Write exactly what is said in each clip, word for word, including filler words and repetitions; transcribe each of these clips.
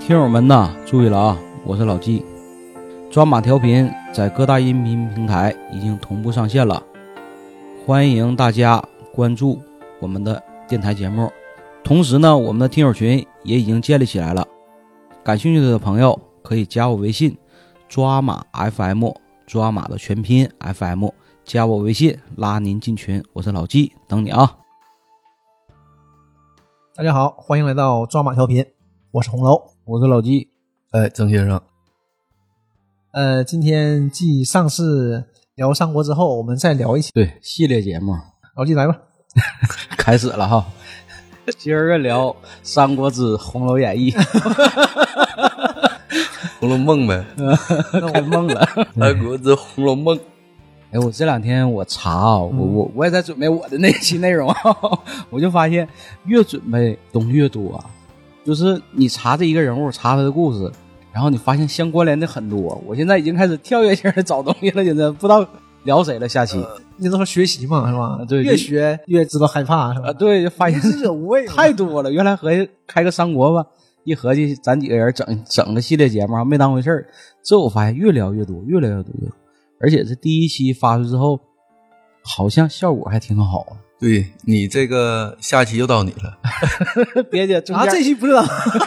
听友们呐，注意了啊！我是老纪，抓马调频在各大音频平台已经同步上线了，欢迎大家关注我们的电台节目。同时呢，我们的听友群也已经建立起来了，感兴趣的朋友可以加我微信抓马 F M， 抓马的全拼 F M， 加我微信拉您进群。我是老纪，等你啊！ 大家好，欢迎来到抓马调频，我是红楼， 我是老纪。 哎，曾先生， 呃，今天继上次聊三国之后，我们再聊一期对系列节目， 老纪来吧， 开始了哈。今儿个聊《三国之红楼演义》， 红楼梦呗， 开梦了。 三国之红楼梦。 哎，我这两天我查啊，我我我也在准备我的那期内容，我就发现越准备东西越多啊。就是你查这一个人物，查他的故事，然后你发现相关联的很多。我现在已经开始跳跃性的找东西了，现在不知道聊谁了。下期你都说学习嘛，是吧？ 对， 越学越知道害怕，是吧？ 啊，对，就发现知者无畏， 太多了。原来合计开个三国吧，一合计咱几个人整整个系列节目，还没当回事儿。之后我发现越聊越多，越聊越多，越多。而且这第一期发出之后，好像效果还挺好。 对，你这个下期又到你了。 别介， 啊，这期不知道。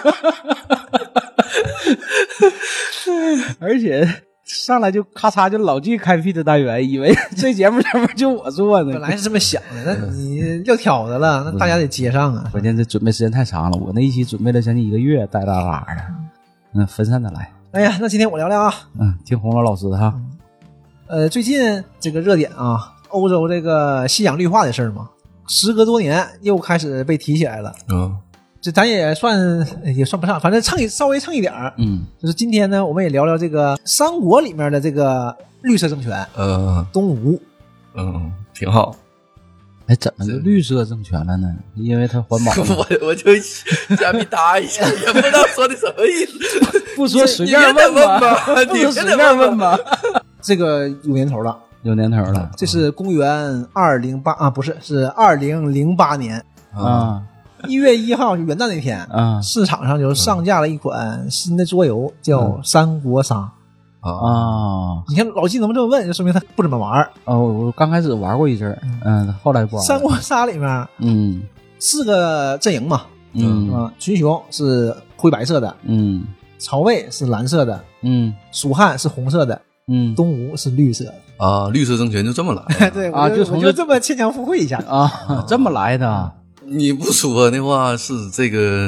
而且上来就咔嚓就老纪开辟的单元，以为这节目上面就我做呢。 本来是这么想的，那你撂挑子了，那大家得接上啊。 关键这准备时间太长了，我那一期准备了将近一个月，带大拉的。嗯，分散的来。 哎呀，那今天我聊聊啊。 嗯，听红楼老师的哈。 呃，最近这个热点啊，欧洲这个信仰绿化的事儿嘛，时隔多年又开始被提起来了。 嗯， 这咱也算也算不上，反正蹭一稍微蹭一点儿。 嗯， 就是今天呢，我们也聊聊这个三国里面的这个绿色政权， 嗯， 东吴。 嗯，挺好。 哎，怎么就绿色政权了呢？因为他环保。 我我就瞎逼搭一下，也不知道说的什么意思。 不说随便问吧，不说随便问吧。 这个有年头了， 有年头了。 这是公元二零八啊，不是，是二零零八年啊， 一月一号，就元旦那天啊， 市场上就上架了一款新的桌游，叫《三国杀》 啊。 你看老纪能不能这么问，就说明他不怎么玩儿。 哦，我刚开始玩过一阵儿，嗯，后来不玩。 三国杀里面， 嗯， 四个阵营嘛， 嗯啊，群雄是灰白色的， 嗯， 曹魏是蓝色的， 嗯， 蜀汉是红色的。 嗯， 东吴是绿色啊，绿色政权就这么来。 对啊， 就从就这么牵强附会一下啊，这么来的。 你不说的话是这个，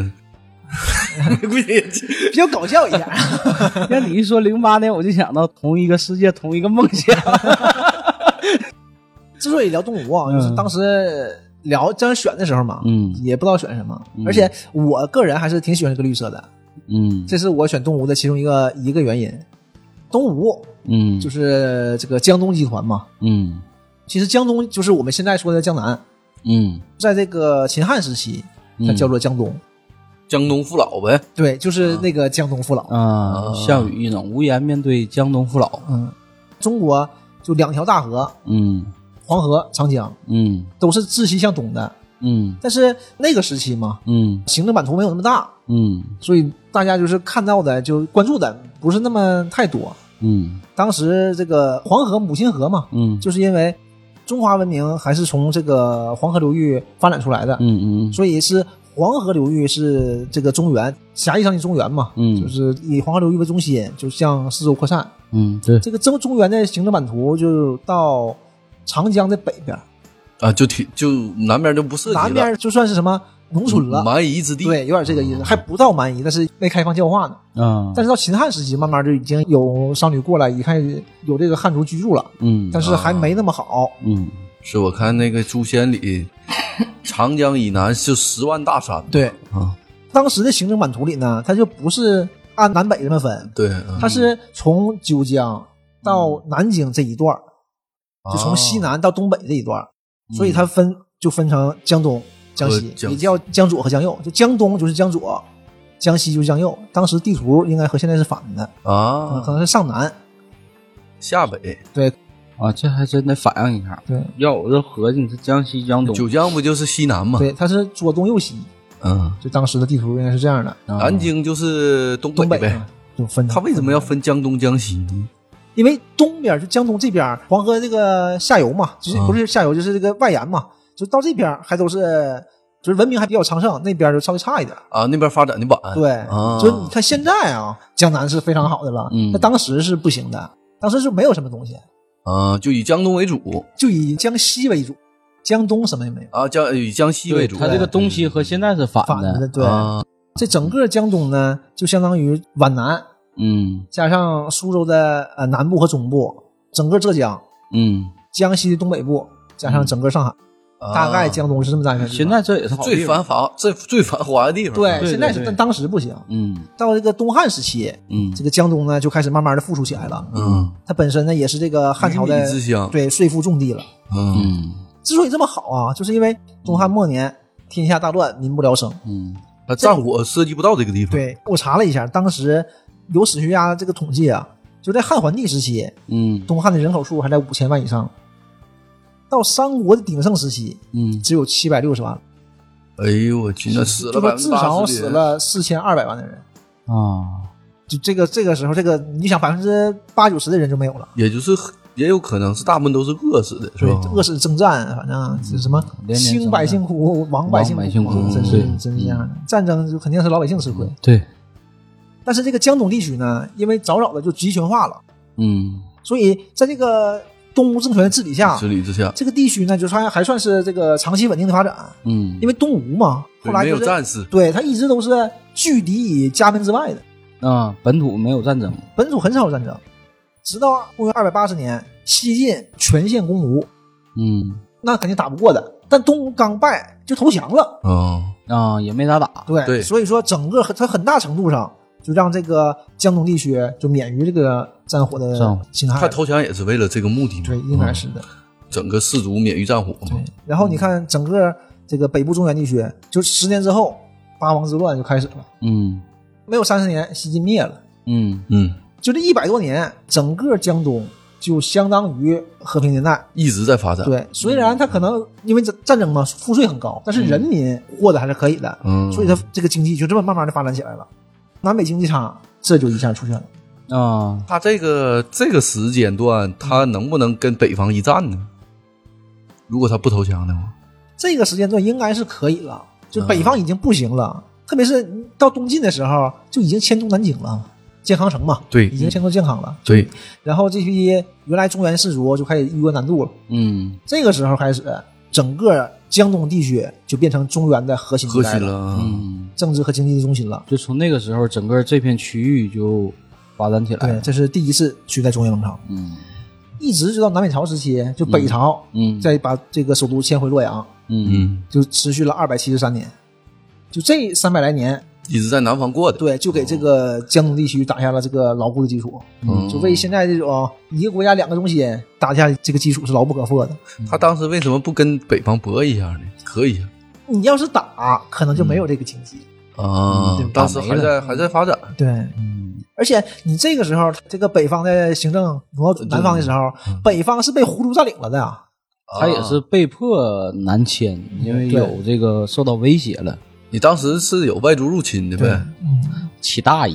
比较搞笑一下。 那你一说零八年，我就想到同一个世界，同一个梦想。 之所以聊东吴啊，就是当时聊这样选的时候嘛， 嗯， 也不知道选什么， 嗯、 而且我个人还是挺喜欢这个绿色的， 嗯， 这是我选东吴的其中一个一个原因。东吴， 嗯， 就是这个江东集团嘛， 嗯， 其实江东就是我们现在说的江南， 嗯， 在这个秦汉时期，它叫做江东，嗯、 江东父老呗， 对，就是那个江东父老啊，项羽一种无颜面对江东父老， 嗯，中国就两条大河， 嗯， 黄河、长江， 嗯， 都是自西向东的， 嗯， 但是那个时期嘛， 嗯， 行政版图没有那么大， 嗯， 所以大家就是看到的就关注的不是那么太多， 嗯， 当时这个黄河母亲河嘛， 嗯， 就是因为中华文明还是从这个黄河流域发展出来的， 嗯嗯， 所以是黄河流域是这个中原，狭义上的中原嘛， 嗯， 就是以黄河流域为中心，就向四周扩散， 嗯，对， 这个中中原的行政版图就到长江的北边啊，就挺就南边就不涉及了， 南边就算是什么农村了， 蛮夷之地， 对，有点这个意思，还不到蛮夷，但是没开放教化呢。 嗯， 但是到秦汉时期，慢慢就已经有商旅过来，一看有这个汉族居住了， 嗯， 但是还没那么好， 嗯， 是我看那个诛仙里，长江以南就十万大山， 对啊， 当时的行政版图里呢，它就不是按南北这么分， 对， 它是从九江到南京这一段， 嗯、 就从西南到东北这一段，所以它分就分成江东。江西也叫江左和江右，就江东就是江左，江西就是江右。当时地图应该和现在是反的啊、 嗯，可能是上南下北。 对啊，这还真得反映一下。 对， 要我这合计，你是江西江东， 九江不就是西南吗？ 对，它是左东右西嗯， 就当时的地图应该是这样的。 南京就是东北呗， 东北就分。 他为什么要分江东江西呢？ 因为东边就江东这边黄河这个下游嘛，就是不是下游就是这个外沿嘛，就到这边还都是就是文明还比较昌盛，那边就稍微差一点啊，那边发展的晚。 对， 啊、 所以你看现在啊，江南是非常好的了， 嗯， 那当时是不行的，当时就没有什么东西啊，就以江东为主， 就以江西为主，江东什么也没有啊，江以江西为主。 它这个东西和现在是反的， 反的对、 啊。 这整个江东呢，就相当于皖南， 嗯， 加上苏州的呃南部和中部，整个浙江， 嗯， 江西的东北部，加上整个上海， 嗯、 大概江东是这么大一片地方。 现在这也是好最繁华、最最繁华的地方。 对， 对现在是，但当时不行。 嗯， 到这个东汉时期， 嗯， 这个江东呢就开始慢慢的富庶起来了。 嗯， 它本身呢也是这个汉朝的之乡， 对，税赋重地了。 嗯， 之所以这么好啊，就是因为东汉末年天下大乱，民不聊生。 嗯。 那战火涉及不到这个地方。 对，我查了一下，当时有史学家这个统计啊，就在汉桓帝时期， 嗯， 东汉的人口数还在五千万以上。到三国的鼎盛时期， 嗯， 只有七百六十万。 哎呦我去，那死了百分之八十， 至少死了四千二百万的人啊！ 就这个这个时候，这个你想百分之八九十的人就没有了， 也就是也有可能是大部分都是饿死的，是吧？ 饿死征战，反正是什么兴百姓苦，亡百姓苦，真是真是这样的。战争就肯定是老百姓吃亏。 对。 但是这个江东地区呢，因为早早的就集权化了， 嗯， 所以在这个东吴政权的治理下， 治理之下， 这个地区呢，就还还算是这个长期稳定的发展。 嗯， 因为东吴嘛，后来、就是、 没有战事， 对他一直都是拒敌于家门之外的啊，本土没有战争， 本土很少有战争，直到公元二百八十年，西晋全线攻吴， 嗯， 那肯定打不过的。但东吴刚败就投降了， 哦啊，也没咋打， 对， 对所以说整个它很大程度上就让这个江东地区就免于这个战火的侵害。 他投降也是为了这个目的吗？ 对，应该是的。 嗯、整个士族免于战火嘛。 对，然后你看整个这个北部中原地区，就十年之后，八王之乱就开始了。 嗯， 没有三十年，西晋灭了。 嗯嗯， 就这一百多年，整个江东就相当于和平年代， 一直在发展。 对，虽然它可能因为战争嘛，赋税很高，但是人民活得还是可以的。 嗯， 所以它这个经济就这么慢慢的发展起来了。南北经济差，这就一下出现了。 啊， 他这个这个时间段，他能不能跟北方一战呢？如果他不投降的话， 这个时间段应该是可以了。就北方已经不行了，嗯、特别是到东晋的时候，就已经迁都南京了，建康城嘛， 对， 已经迁都建康了。 对， 然后这批原来中原士族就开始越过南渡了。 嗯， 这个时候开始，整个江东地区就变成中原的核心核心了， 嗯， 政治和经济的中心了。 就从那个时候，整个这片区域就发展起来了。 对，这是第一次取代中原王朝。 嗯， 一直直到南北朝时期，就北朝， 嗯， 再把这个首都迁回洛阳， 嗯， 就持续了二百七十三年。就这三百来年， 一直在南方过的。 对，就给这个江东地区打下了这个牢固的基础。 嗯， 就为现在这种一个国家两个中心打下这个基础是牢不可破的。 他当时为什么不跟北方搏一下呢？可以啊。 你要是打，可能就没有这个经济。 啊， 嗯、 当时还在还在发展。 对，嗯，而且你这个时候，这个北方的行政挪到南方的时候，嗯、北方是被胡族占领了的呀。 他也是被迫南迁，因为有这个受到威胁了。 你当时是有外族入侵的呗？ 嗯， 起大义。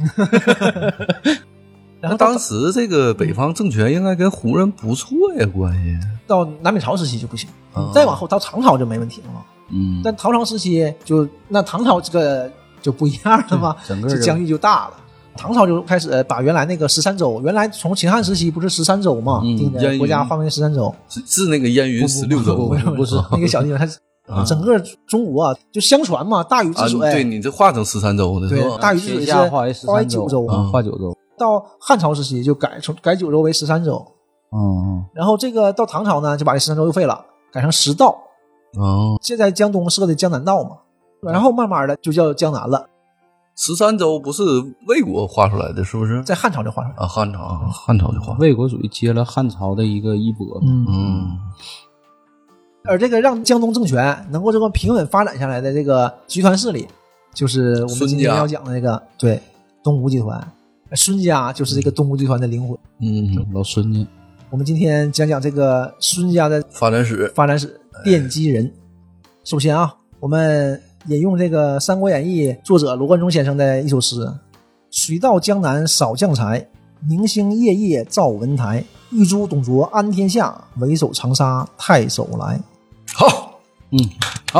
然后当时这个北方政权应该跟胡人不错呀，关系。 到南北朝时期就不行， 啊、 再往后到唐朝就没问题了嘛。 嗯， 但唐朝时期就那唐朝这个就不一样了嘛， 整个这疆域就大了。唐朝就开始把原来那个十三州，原来从秦汉时期不是十三州嘛，定的、嗯、国家划为十三州， 是是那个燕云十六州， 不是不是那个小地方，它啊、整个中国啊，就相传嘛，大禹治水， 啊、对你这划成十三州的， 对，大禹治水是划为九州， 啊，划九州。 到汉朝时期就改从改九州为十三州， 嗯， 然后这个到唐朝呢，就把这十三州又废了，改成十道。 哦， 现在江东设的江南道嘛，然后慢慢的就叫江南了。 十三州不是魏国划出来的，是不是？ 在汉朝就划出来啊，汉朝，汉朝就划。 魏国属于接了汉朝的一个衣钵。 嗯嗯。 而这个让江东政权能够这么平稳发展下来的这个集团势力，就是我们今天要讲的那个对东吴集团。孙家就是这个东吴集团的灵魂。 嗯，老孙家。 我们今天讲讲这个孙家的发展史， 发展史奠基人。首先啊，我们引用这个《三国演义》作者罗贯中先生的一首诗：水到江南少将才，明星夜夜照文台。玉珠董卓安天下，为首长沙太守来。 好， 嗯，好。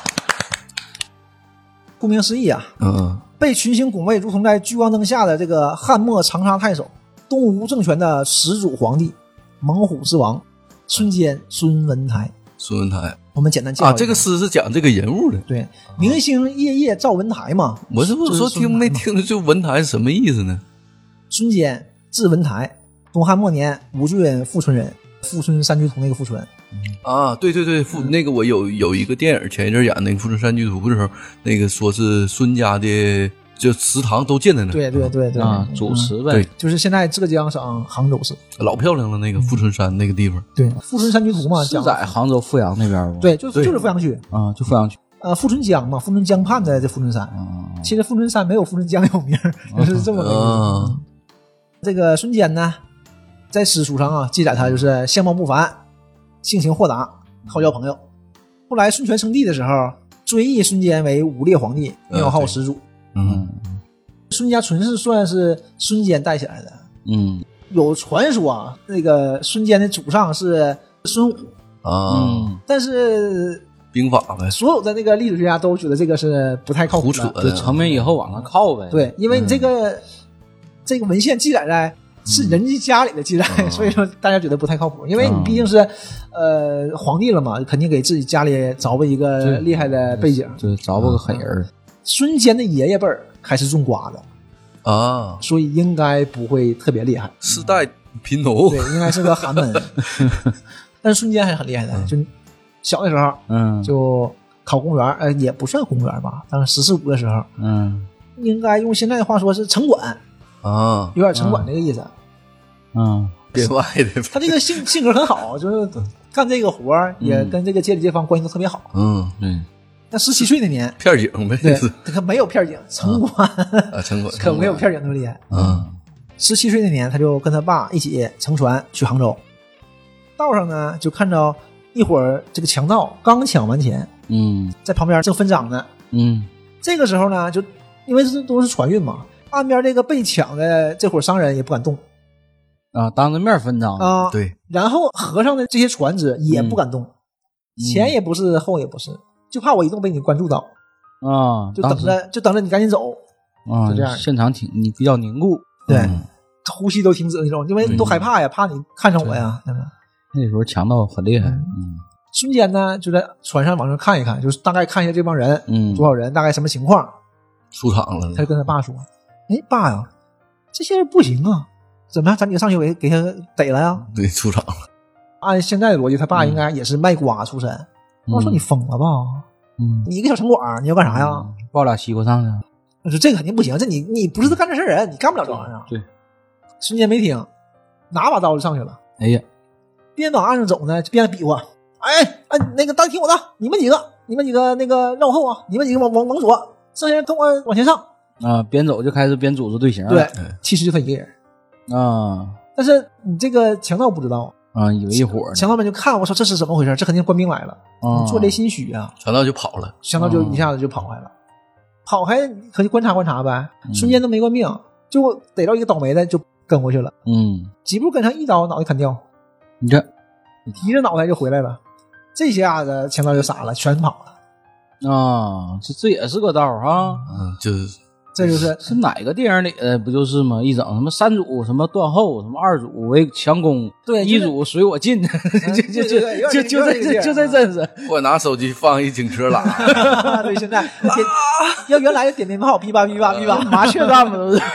顾名思义啊， 嗯， 被群星拱卫，如同在聚光灯下的这个汉末长沙太守，东吴政权的始祖皇帝，猛虎之王孙坚孙文台。 孙文台， 我们简单介绍啊，这个诗是讲这个人物的。 对，明星夜夜照文台嘛。 我是不是说听没听着就文台是什么意思呢？ 孙坚字文台，东汉末年吴郡富春人，富春山居图那个富春。 啊，对对对，富那个我有有一个电影前一阵演那个《富春山居图》的时候，那个说是孙家的，就祠堂都建在那。 对对对对啊，主祠呗、 嗯，对， 就是现在浙江省杭州市， 老漂亮了那个富春山那个地方。 对，富春山居图嘛， 是在杭州富阳那边吗？ 对，就就是富阳区啊，就富阳区。 呃，富春江嘛，富春江畔的这富春山。 嗯、 其实富春山没有富春江有名，就是这么个意思。 嗯、 这个孙坚呢，在史书上啊记载他就是相貌不凡，性情豁达，好交朋友。后来孙权称帝的时候，追谥孙坚为武烈皇帝，庙号始祖。 嗯， 孙家纯是算是孙坚带起来的。 嗯， 有传说啊，那个孙坚的祖上是孙武啊、 嗯， 但是兵法呗， 所有的那个历史学家都觉得这个是不太靠谱的， 就成名以后往上靠呗。 对，因为你这个、嗯、这个文献记载在是人家家里的记载、嗯，所以说大家觉得不太靠谱。因为你毕竟是、嗯、呃皇帝了嘛，肯定给自己家里找吧一个厉害的背景， 就找吧个狠人、嗯。 孙坚的爷爷辈儿还是种瓜的啊， 所以应该不会特别厉害， 世代贫农， 对，应该是个寒门。但是孙坚还是很厉害的，嗯、就小的时候， 嗯， 就考公务员，呃，也不算公务员吧，当时十四五的时候， 嗯， 应该用现在的话说是城管啊， 有点城管这个意思。 嗯， 编外的， 他这个性性格很好，就是干这个活也跟这个街里街坊关系都特别好。 嗯，对。 那十七岁那年， 片警呗， 对，可没有片警，城管啊，城管可没有片警那么厉害。 嗯， 十七岁那年，他就跟他爸一起乘船去杭州，道上呢就看着一伙儿这个强盗刚抢完钱， 嗯， 在旁边正分赃呢， 嗯， 这个时候呢，就因为这都是船运嘛，岸边这个被抢的这伙商人也不敢动啊，当着面分赃啊， 对， 然后河上的这些船只也不敢动，嗯、前也不是后也不是，就怕我一动被你关注到啊， 就等着就等着你赶紧走啊， 就这样， 现场挺你比较凝固， 对， 嗯、 呼吸都停止那种，因为都害怕呀，怕你看上我呀，对吧？ 那时候强盗很厉害，嗯。 孙坚呢就在船上往上看一看，就是大概看一下这帮人， 嗯， 多少人，大概什么情况。 出场了， 他就跟他爸说：“哎，爸呀，这些人不行啊，怎么样？咱几个上去给给他逮了呀？” 对，出场了。 按现在的逻辑，他爸应该也是卖瓜出身。 嗯、 我说你疯了吧？ 嗯， 你一个小城管，你要干啥呀？ 嗯、抱俩西瓜上去。 我说这个肯定不行，这你你不是干这事人，你干不了这玩意儿。 对， 孙坚没听，拿把刀就上去了。 哎呀， 边往岸上走呢，边比划。哎哎，那个大家听我的，你们几个，你们几个那个绕后啊，你们几个往往往左，剩下人跟我往前上啊。边走就开始边组织队形。 对，其实就他一个人啊。 但是你这个强盗不知道啊，以为一伙。 强盗们就看，我说这是怎么回事？这肯定官兵来了， 啊、 做贼心虚啊。 强盗就跑了， 强盗就一下子就跑开了，啊、跑开可以观察观察呗。 嗯、 孙坚都没官命，就逮到一个倒霉的就跟过去了。 嗯， 几步跟上一刀，脑袋砍掉。 你这提着脑袋就回来了。这下子强盗就傻了，全跑了啊！这这也是个道啊！ 嗯，就是这就是是哪个电影里的不就是吗？一整什么三组什么断后，什么二组为强攻， 对， 一组随我进，就就就就就在就在真是。 我拿手机放一警车喇， 对，现在点要原来点鞭炮，噼啪噼啪噼啪， 麻雀弹嘛都是。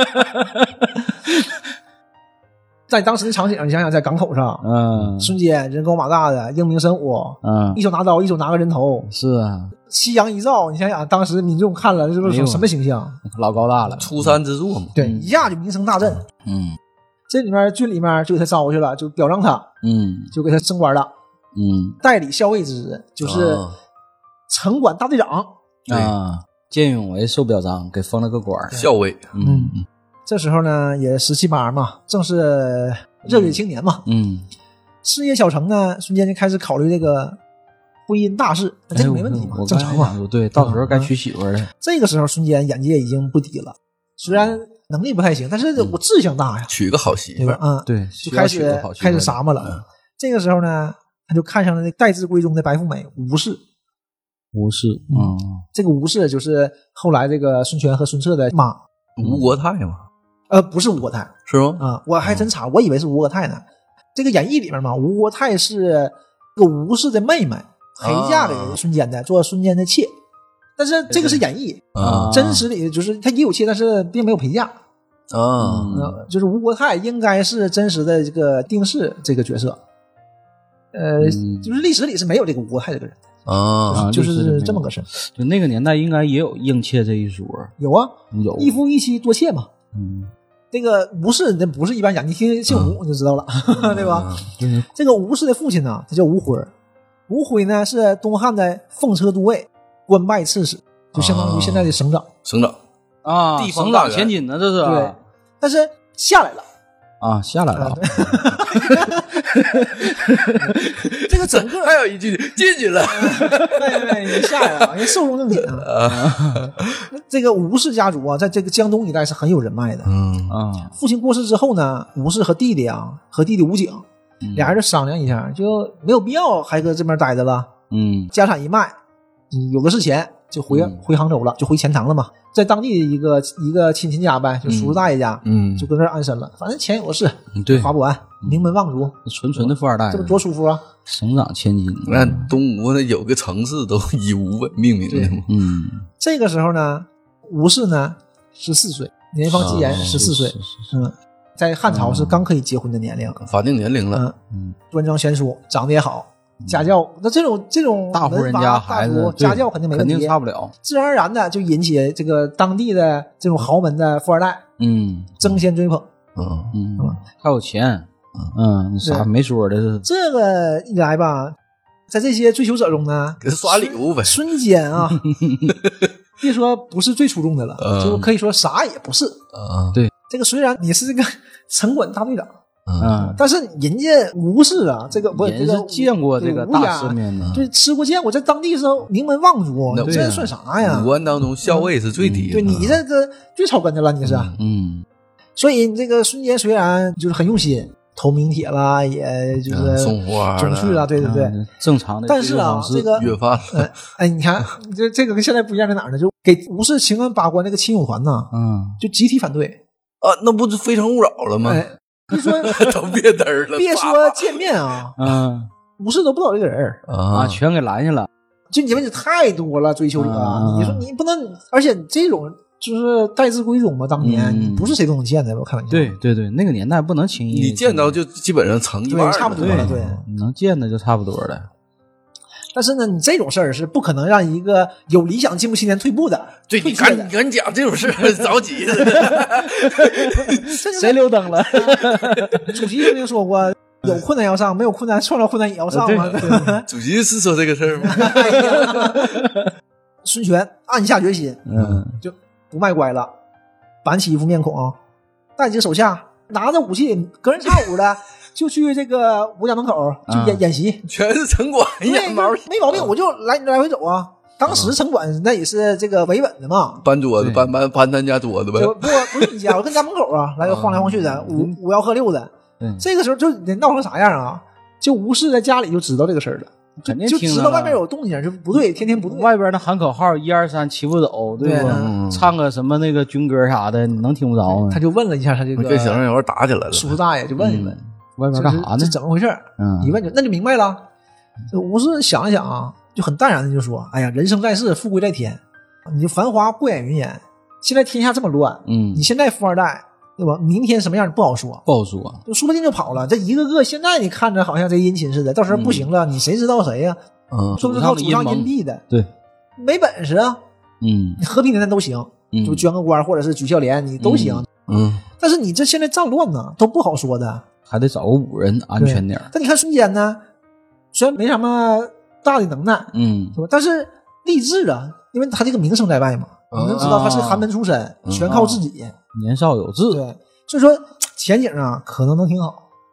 在当时的场景，你想想，在港口上， 嗯， 孙坚人高马大的，英明神武， 嗯， 一手拿刀，一手拿个人头， 是啊， 夕阳一照，你想想，当时民众看了，这是什么形象？ 老高大了， 出山之作嘛， 对，一下就名声大振。 嗯， 这里面郡里面就给他招过去了，就表彰他， 嗯， 就给他升官了， 嗯， 代理校尉之职，就是城管大队长啊，见勇为受表彰，给封了个官， 校尉， 嗯。 这时候呢，也十七八嘛，正是热血青年嘛。 嗯， 事业小成呢，孙坚就开始考虑这个不因大事，那这个没问题嘛， 哎、我正常嘛。 说对，到时候该娶媳妇了、嗯。 这个时候孙坚眼界已经不低了，虽然能力不太行，但是我志向大呀， 娶个好媳妇， 嗯， 对， 就开始开始撒嘛了、 嗯。 这个时候呢，他就看上了那待字闺中的白富美吴氏。 吴氏，嗯， 这个吴氏就是后来这个孙权和孙策的妈， 吴国太嘛？ 呃，不是吴国太， 是吗？ 啊、嗯，我还真查，我以为是吴国太呢。这个演义里面嘛，吴国太是这个吴氏的妹妹，陪嫁给孙坚的，啊、做孙坚的妾。但是这个是演义， 啊， 真实里就是他也有妾，但是并没有陪嫁。 啊、 嗯，就是吴国太应该是真实的这个丁氏这个角色。呃、嗯，就是历史里是没有这个吴国太这个人。 啊， 就是就是这么个事儿。 就那个年代应该也有应妾这一说。 有啊， 有一夫一妻多妾嘛。 嗯， 这个吴氏那不是一般讲，你听姓吴你就知道了，嗯、对吧？ 嗯、 这个吴氏的父亲呢，他叫吴辉，吴辉呢是东汉的奉车都尉，官拜刺史，就相当于现在的省长。 啊、省长啊， 地方省长千金呢，这是。 对，但是下来了。 啊，下来了。啊、 这个整个还有一句进去了， 对对，下来了，因为寿终正寝啊。这个吴氏家族啊，在这个江东一带是很有人脉的。 嗯啊，父亲过世之后呢，吴氏和弟弟啊，和弟弟吴景，嗯、俩人就商量一下，就没有必要还搁这边待着了。 嗯， 家产一卖，有的是钱，就回、嗯、回杭州了，就回钱塘了嘛。在当地的一个一个亲戚家呗，就叔叔大爷家， 嗯， 就搁这儿安身了。反正钱有的是， 对， 花不完，名门望族， 纯纯的富二代， 这不多舒服啊！ 省长千金， 那东吴那有个城市都以吴为命名的嘛。 嗯， 这个时候呢，吴氏呢十四岁，年方纪言十四岁，嗯，在汉朝是刚可以结婚的年龄， 法定年龄了， 嗯，端庄贤淑，长得也好。家教，那这种这种大户人家孩子， 家教肯定没问题， 肯定差不了， 自然而然的就引起这个当地的这种豪门的富二代， 嗯， 争先追捧， 嗯嗯，还有钱，嗯，啥没说的是这个一来吧，在这些追求者中呢， 给他刷礼物呗。 孙坚啊，别说不是最出众的了， 嗯、 就可以说啥也不是。 啊、 嗯，对， 这个虽然你是这个城管大队长。 嗯， 但是人家吴氏啊，这个不人是见过这个大世面的， 对，吃过见过，在当地时候名门望族， 嗯、 这算啥呀？ 五官当中校尉是最低的， 对你这个最草根的了，你是。 嗯， 所以这个孙坚虽然就是很用心，投名帖啦，也就是送花总去了，对对对， 嗯、正常的。 但是啊，这个约饭， 呃，哎，你看这这个跟现在不一样在哪儿呢？就给吴氏秦安八关那个亲友团呐， 嗯， 就集体反对啊，那不是非诚勿扰了吗？ 哎你说都别嘚儿了， 别说见面啊， 嗯， 吴氏都不知道这个人啊，全给拦下了。 就你们太多了，追求者，啊、你说你不能，而且这种就是待字闺中嘛，当年、嗯、你不是谁都能见的，我开玩笑。 对对对，那个年代不能轻易， 你见到就基本上成一半， 差不多了，对， 能见的就差不多了。 但是呢，你这种事儿是不可能让一个有理想进步青年退步的。 对，你赶你赶紧讲这种事儿，着急的。 谁留灯了？ 主席曾经说过，有困难要上，没有困难创造困难也要上嘛。 主席是说这个事儿吗？ 孙权暗下决心， 嗯， 就不卖乖了，板起一副面孔，带几个手下，拿着武器，隔人插舞的。就去这个吴家门口就演、嗯、演习， 全是城管演毛， 没毛病，我就来来回走啊。当时城管那也是这个维稳的嘛， 搬桌子搬搬搬他家桌子呗， 不不是你家，我跟家门口啊，来回晃来晃去的，五五幺喝六的。 嗯， 这个时候就得闹成啥样啊？就吴氏在家里就知道这个事儿了， 肯定就知道外面有动静，就不对，天天不对。 外边的喊口号一二三齐步走，对吧？ 嗯、 唱个什么那个军歌啥的，你能听不着吗？ 他就问了一下他这个， 跟小人有人打起来了， 叔叔大爷就问一问。 嗯外面干啥呢？ 这怎么回事？ 嗯， 一问就那就明白了。吴氏想一想啊，就很淡然的就说：“哎呀，人生在世，富贵在天。你繁华过眼云烟，现在天下这么乱， 嗯， 你现在富二代，对吧？明天什么样不好说， 不好说， 就说不定就跑了。这一个个现在你看着好像贼殷勤似的，到时候不行了，嗯、你谁知道谁呀、 啊？嗯， 说不定靠祖上荫庇的， 对， 没本事啊。 嗯， 你和平年代都行， 嗯、 就捐个官或者是举孝廉，你都行。 嗯，嗯但是你这现在战乱呢，都不好说的。” 还得找个武人安全点。 但你看孙坚呢，虽然没什么大的能耐， 嗯， 是吧？但是励志啊，因为他这个名声在外嘛， 啊、 你能知道他是寒门出身， 嗯、 全靠自己， 年少有志， 对，所以说前景啊可能能挺好。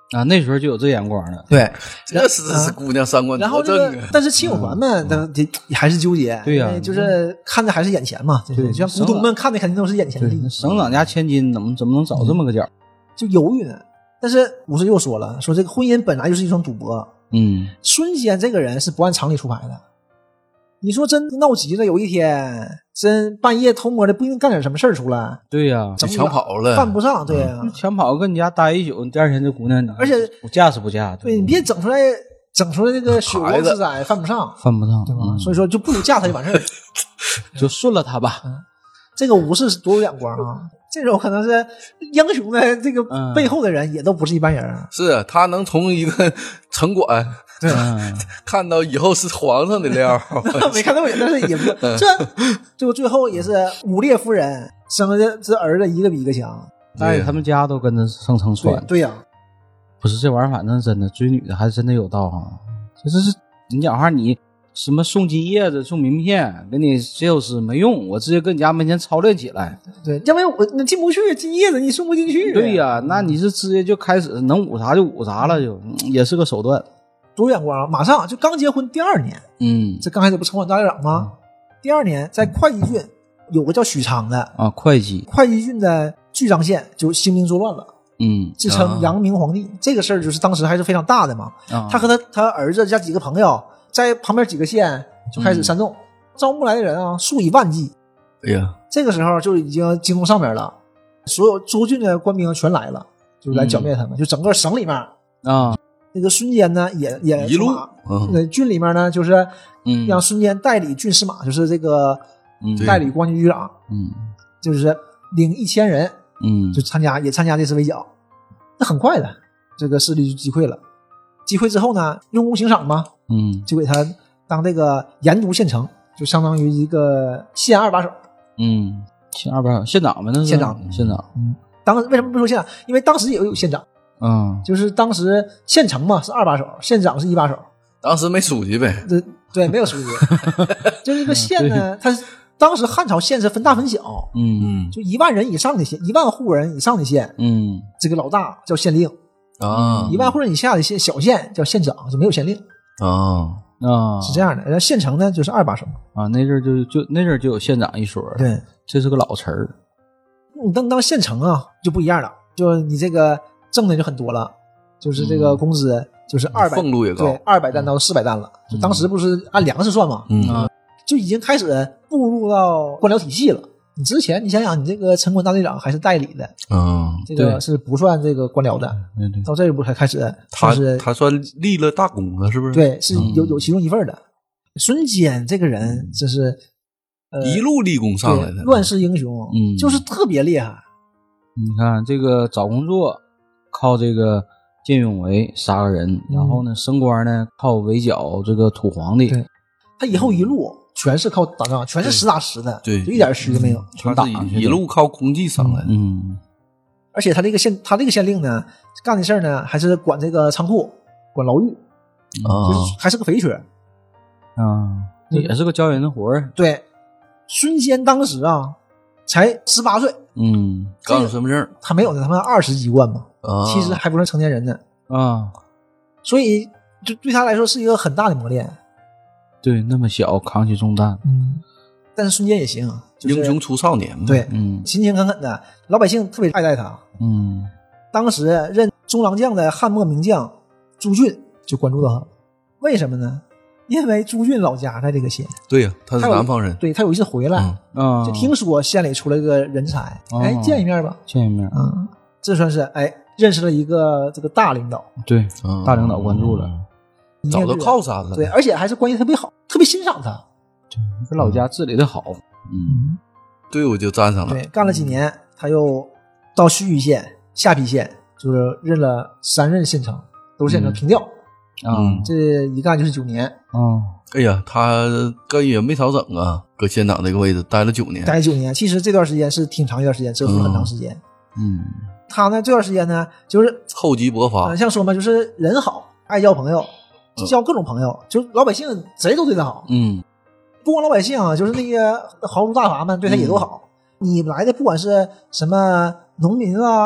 啊，那时候就有这眼光了。 对， 这是是姑娘三观然后多正啊！ 这个但是亲友团们他还是纠结， 对呀， 就是看的还是眼前嘛，对，就像股东们看的肯定都是眼前的利益。 省长家千金，怎么怎么能找这么个角？ 就犹豫呢。但是武士又说了，说这个婚姻本来就是一场赌博。 嗯， 孙坚这个人是不按常理出牌的。你说真闹急了，有一天真半夜偷摸的，不一定干点什么事儿出来。 对呀， 就抢跑了， 犯不上。对呀， 抢跑跟你家待一宿，第二天这姑娘， 而且不嫁是不嫁。 对你别整出来，整出来这个血光之灾，犯不上， 犯不上， 对吧？ 嗯、 所以说就不如嫁他就完事儿， 就顺了他吧。 嗯，这个武士多有眼光啊！这种可能是英雄的这个背后的人，也都不是一般人。 嗯、是他能从一个城管。 对， 看到以后是皇上的料， 没看到也，但是也不这，最后最后也是武烈夫人生的这儿子一个比一个强， 哎，他们家都跟着蹭蹭传。 对呀、啊， 不是这玩意儿，反正真的追女的还真的有道啊。就是是你讲话，你什么送金叶子、送名片，给你写首诗没用，我直接跟你家门前操练起来。 对，因为我那进不去，金叶子你送不进去。 对呀、啊，那你是直接就开始能舞啥就舞啥了就，就也是个手段。 多眼光，马上就刚结婚第二年， 嗯， 这刚开始不城管大队长吗？嗯、第二年在会稽郡有个叫许昌的啊，会稽， 会稽郡的巨章县就兴兵作乱了， 嗯， 自称阳明皇帝。啊、这个事儿就是当时还是非常大的嘛。 啊、 他和他他儿子加几个朋友在旁边几个县就开始煽动，嗯、招募来的人啊数以万计。 哎呀， 这个时候就已经惊动上面了，所有诸郡的官兵全来了，就来剿灭他们，嗯、就整个省里面啊。 那个孙坚呢，也也一路， 嗯，郡里面呢，就是让孙坚代理郡司马，就是这个代理光军局长， 嗯， 就是领一千人， 嗯， 就参加也参加这次围剿。那很快的，这个势力就击溃了。击溃之后呢，用功行赏嘛， 嗯， 就给他当这个盐都县丞，就相当于一个县二把手。 嗯，县二把手，县长呗，那是县长， 县长。 嗯，当为什么不说县长？因为当时也有县长。 嗯， 就是当时县丞嘛是二把手，县长是一把手。 当时没书记呗？ 对对，没有书记。就这个县呢，它当时汉朝县是分大分小， 嗯， 就一万人以上的县，一万户人以上的县， 嗯， 这个老大叫县令啊， 一万户人以下的县小县叫县长，就没有县令啊啊， 是这样的。然后县丞呢就是二把手啊，那阵就就那阵就有县长一说， 对， 这是个老词儿。 你当当县丞啊就不一样了，就你这个。挣的就很多了，就是这个工资就是二百， 俸禄也高， 对，二百担到四百担了。就当时不是按粮食算嘛， 嗯， 就已经开始步入到官僚体系了。你之前你想想，你这个城管大队长还是代理的， 嗯， 这个是不算这个官僚的。 嗯、 到这一步才开始， 他是他算立了大功了，是不是？ 对，是有有其中一份的。孙坚这个人，这是呃一路立功上来的， 乱世英雄， 嗯， 就是特别厉害。 你看这个找工作。靠这个见义勇为杀个人，然后呢，升官呢靠围剿这个土皇帝。 对，他以后一路全是靠打仗，全是实打实的， 对， 就一点虚都没有， 全打一路靠功绩上来的。 嗯， 而且他这个县，他这个县令呢，干的事儿呢，还是管这个仓库，管牢狱， 啊， 就是还是个肥缺啊，也是个教人的活儿。 对，孙坚当时啊，才十八岁， 嗯， 刚有身份证， 他没有呢，他们二十一贯嘛。 啊， 其实还不是成年人呢啊， 所以就对他来说是一个很大的磨练。 对，那么小扛起重担， 嗯，但是孙坚也行，就是、 英雄出少年嘛。 对， 嗯， 勤勤恳恳的，老百姓特别爱戴他。 嗯， 当时任中郎将的汉末名将朱俊就关注到他，为什么呢？因为朱俊老家在这个县。 对呀、啊，他是南方人。 对，他有一次回来， 嗯， 就听说县里出来个人才， 嗯、 哎，见一面吧， 见一面， 嗯。这算是哎认识了一个这个大领导， 对，嗯、大领导关注了， 嗯、找到靠山了， 对，而且还是关系特别好，特别欣赏他， 对，这老家治理的好， 嗯， 队伍就站上了， 对，干了几年，他又到盱眙县、下邳县，就是任了三任县丞，都是县丞平调， 嗯， 这一干就是九年， 嗯， 哎呀，他个也没少整啊，搁县长这个位置待了九年， 待九年，其实这段时间是挺长一段时间，蛰伏很长时间， 嗯。 他呢这段时间呢就是厚积薄发、 呃、像说嘛，就是人好，爱交朋友，交各种朋友、嗯、就老百姓谁都对他好， 嗯， 不光老百姓啊，就是那些豪族大阀们对他也都好、嗯、你来的不管是什么农民啊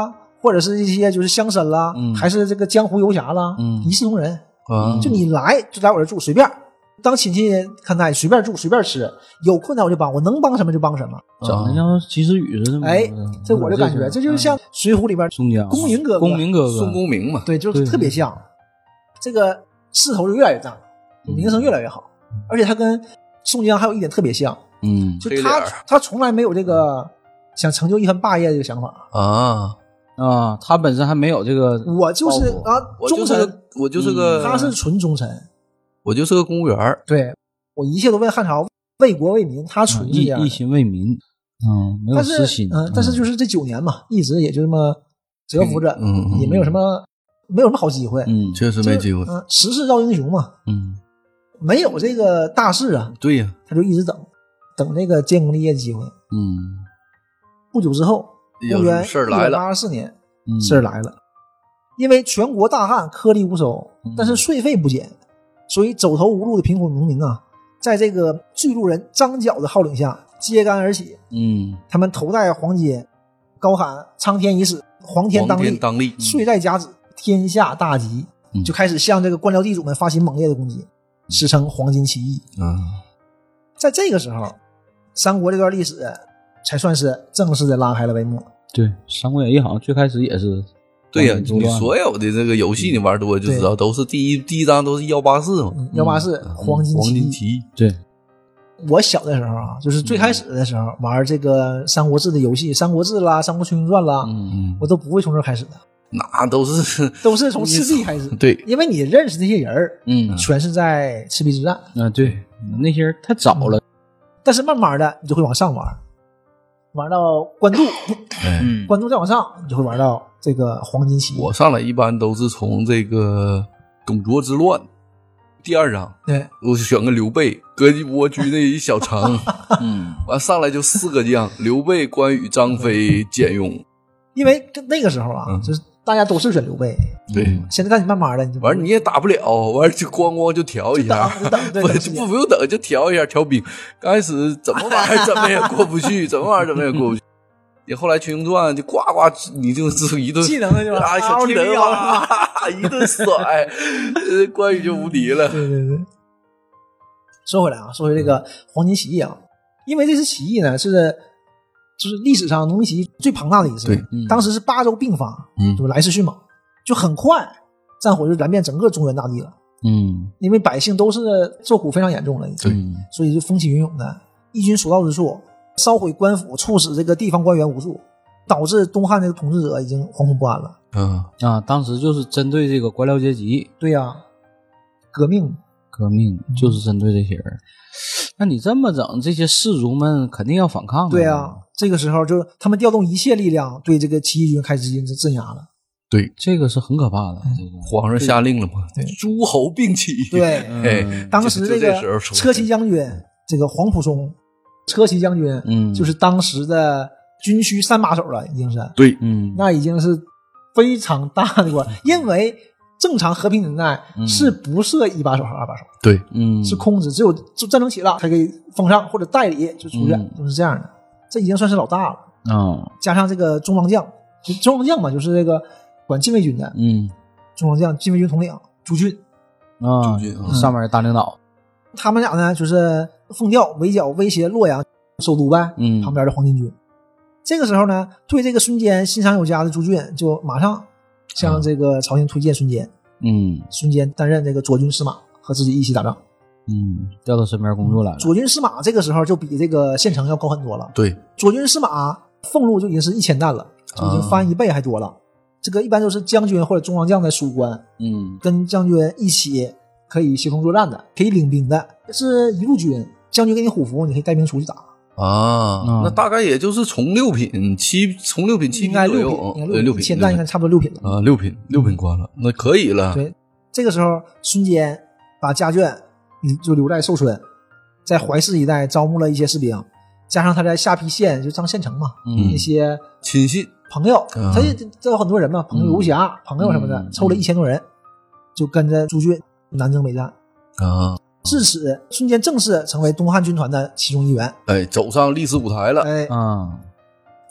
或者是一些就是乡绅啦， 嗯还是这个江湖游侠啦， 嗯一视同仁。 啊， 就你来就来我这住，随便当亲戚看待，随便住随便吃，有困难我就帮，我能帮什么就帮什么。 整的像及时雨似的嘛。 哎，这我就感觉这就是像《水浒》里边宋江、 公明哥哥、 公明哥哥、 宋公明嘛， 对，就是特别像。这个势头就越来越大，名声越来越好，而且他跟宋江还有一点特别像， 嗯， 就他他从来没有这个想成就一番霸业的这个想法啊啊，他本身还没有这个， 我就是啊， 我就是个我就是个， 他是纯忠臣， 我就是个公务员， 对我一切都为汉朝为国为民，他纯是这样一心为民，嗯，没有私心， 嗯，但是就是这九年嘛，一直也就这么蛰伏着， 嗯， 也没有什么没有什么好机会， 嗯，确实没机会， 嗯，时势造英雄嘛， 嗯， 没有这个大事啊， 对呀， 他就一直等等那个建功立业的机会， 嗯， 不久之后。公元事儿来了， 八十四年， 嗯、 事儿来了，因为全国大旱，颗粒无收，但是税费不减，所以走投无路的贫苦农民啊，在这个巨鹿人张角的号令下揭竿而起。 嗯， 他们头戴黄金，高喊苍天已死，黄天当立， 当立， 岁在甲子，天下大吉， 嗯、 就开始向这个官僚地主们发起猛烈的攻击，史称黄金起义。 嗯， 在这个时候，三国这段历史才算是正式的拉开了帷幕。 对，《三国演义》好像最开始也是， 对呀、啊，你所有的这个游戏你玩多就知道，都是第一第一章都是一八四嘛， 一八四黄金黄金起义。 对， 我小的时候啊，就是最开始的时候玩这个《三国志》的游戏，《三国志》啦，《三国群英传》啦， 嗯， 我都不会从这开始的， 那都是都是从赤壁开始。 对， 因为你认识这些人嗯， 全是在赤壁之战。 啊，对，那些人太早了， 但是慢慢的你就会往上玩。玩到官渡， 嗯， 官渡再往上，你就会玩到这个黄金起义。 我上来一般都是从这个董卓之乱第二章， 对， 我选个刘备，搁蜗居那一小城， 嗯， 完上来就四个将：刘备、关羽、张飞、简雍。 因为那个时候啊，嗯、就是大家都是选刘备。 对， 现在你慢慢的，你就完你也打不了，完就咣咣就调一下， 就等就等不不不用等就调一下调兵。刚开始怎么玩怎么也过不去，怎么玩怎么也过不去。你后来群英传就呱呱，你就一顿技能了就啊小技能啊，一顿甩，关羽就无敌了。 对对对。说回来啊，说回这个黄金起义啊，因为这次起义呢是就是历史上农民起义最庞大的一次， 对， 嗯、当时是八州并发， 嗯， 就是来势迅猛，就很快战火就燃遍整个中原大地了， 嗯， 因为百姓都是受苦非常严重了， 对， 所以就风起云涌的，义军所到之处，烧毁官府，处死这个地方官员无数，导致东汉这个统治者已经惶恐不安了。 嗯啊，当时就是针对这个官僚阶级， 对呀、啊，革命， 革命就是针对这些人。那你这么整，这些士族们肯定要反抗。 对啊，这个时候就他们调动一切力量对这个起义军开始进行镇压了。 对， 这个是很可怕的。 嗯、 这个皇上下令了嘛？诸侯并起。 对， 哎， 当时这个车骑将军，这个黄埔松，车骑将军， 嗯， 就是当时的军区三把手了，已经是。 对， 嗯， 那已经是非常大的官，因为正常和平年代是不设一把手和二把手， 对， 嗯， 是空职，只有战争起了才可以封上或者代理就出院，都、嗯、是这样的。这已经算是老大了啊、哦！ 加上这个中郎将，中郎将嘛，就是这个管禁卫军的， 嗯， 中郎将、禁卫军统领朱俊啊， 朱俊、 嗯、上面大领导， 他们俩呢就是奉调围剿威胁洛阳首都呗， 嗯， 旁边的黄巾军。这个时候呢，对这个孙坚欣赏有加的朱俊就马上向这个朝廷推荐孙坚， 嗯， 孙坚担任这个左军司马，和自己一起打仗， 嗯，调到身边工作来了。 左军司马这个时候就比这个县城要高很多了， 对， 左军司马俸禄就已经是一千担了，就已经翻一倍还多了。啊、这个一般都是将军或者中郎将的属官， 嗯， 跟将军一起可以协同作战的，可以领兵的，是一路军，将军给你虎符，你可以带兵出去打。 啊、嗯，那大概也就是从六品七，从六品七品左右， 应该六品，现在应该差不多六品了啊，六品六品官了，那可以了。 对，这个时候孙坚把家眷就留在寿春，在怀氏一带招募了一些士兵，加上他在下邳县就当县城嘛， 嗯， 那些亲信朋友， 嗯、 他也这有很多人嘛，朋友游侠、嗯、朋友什么的，凑了一千多人，就跟着朱俊南征北战啊。 至此，孙坚正式成为东汉军团的其中一员， 哎，走上历史舞台了。 哎， 啊，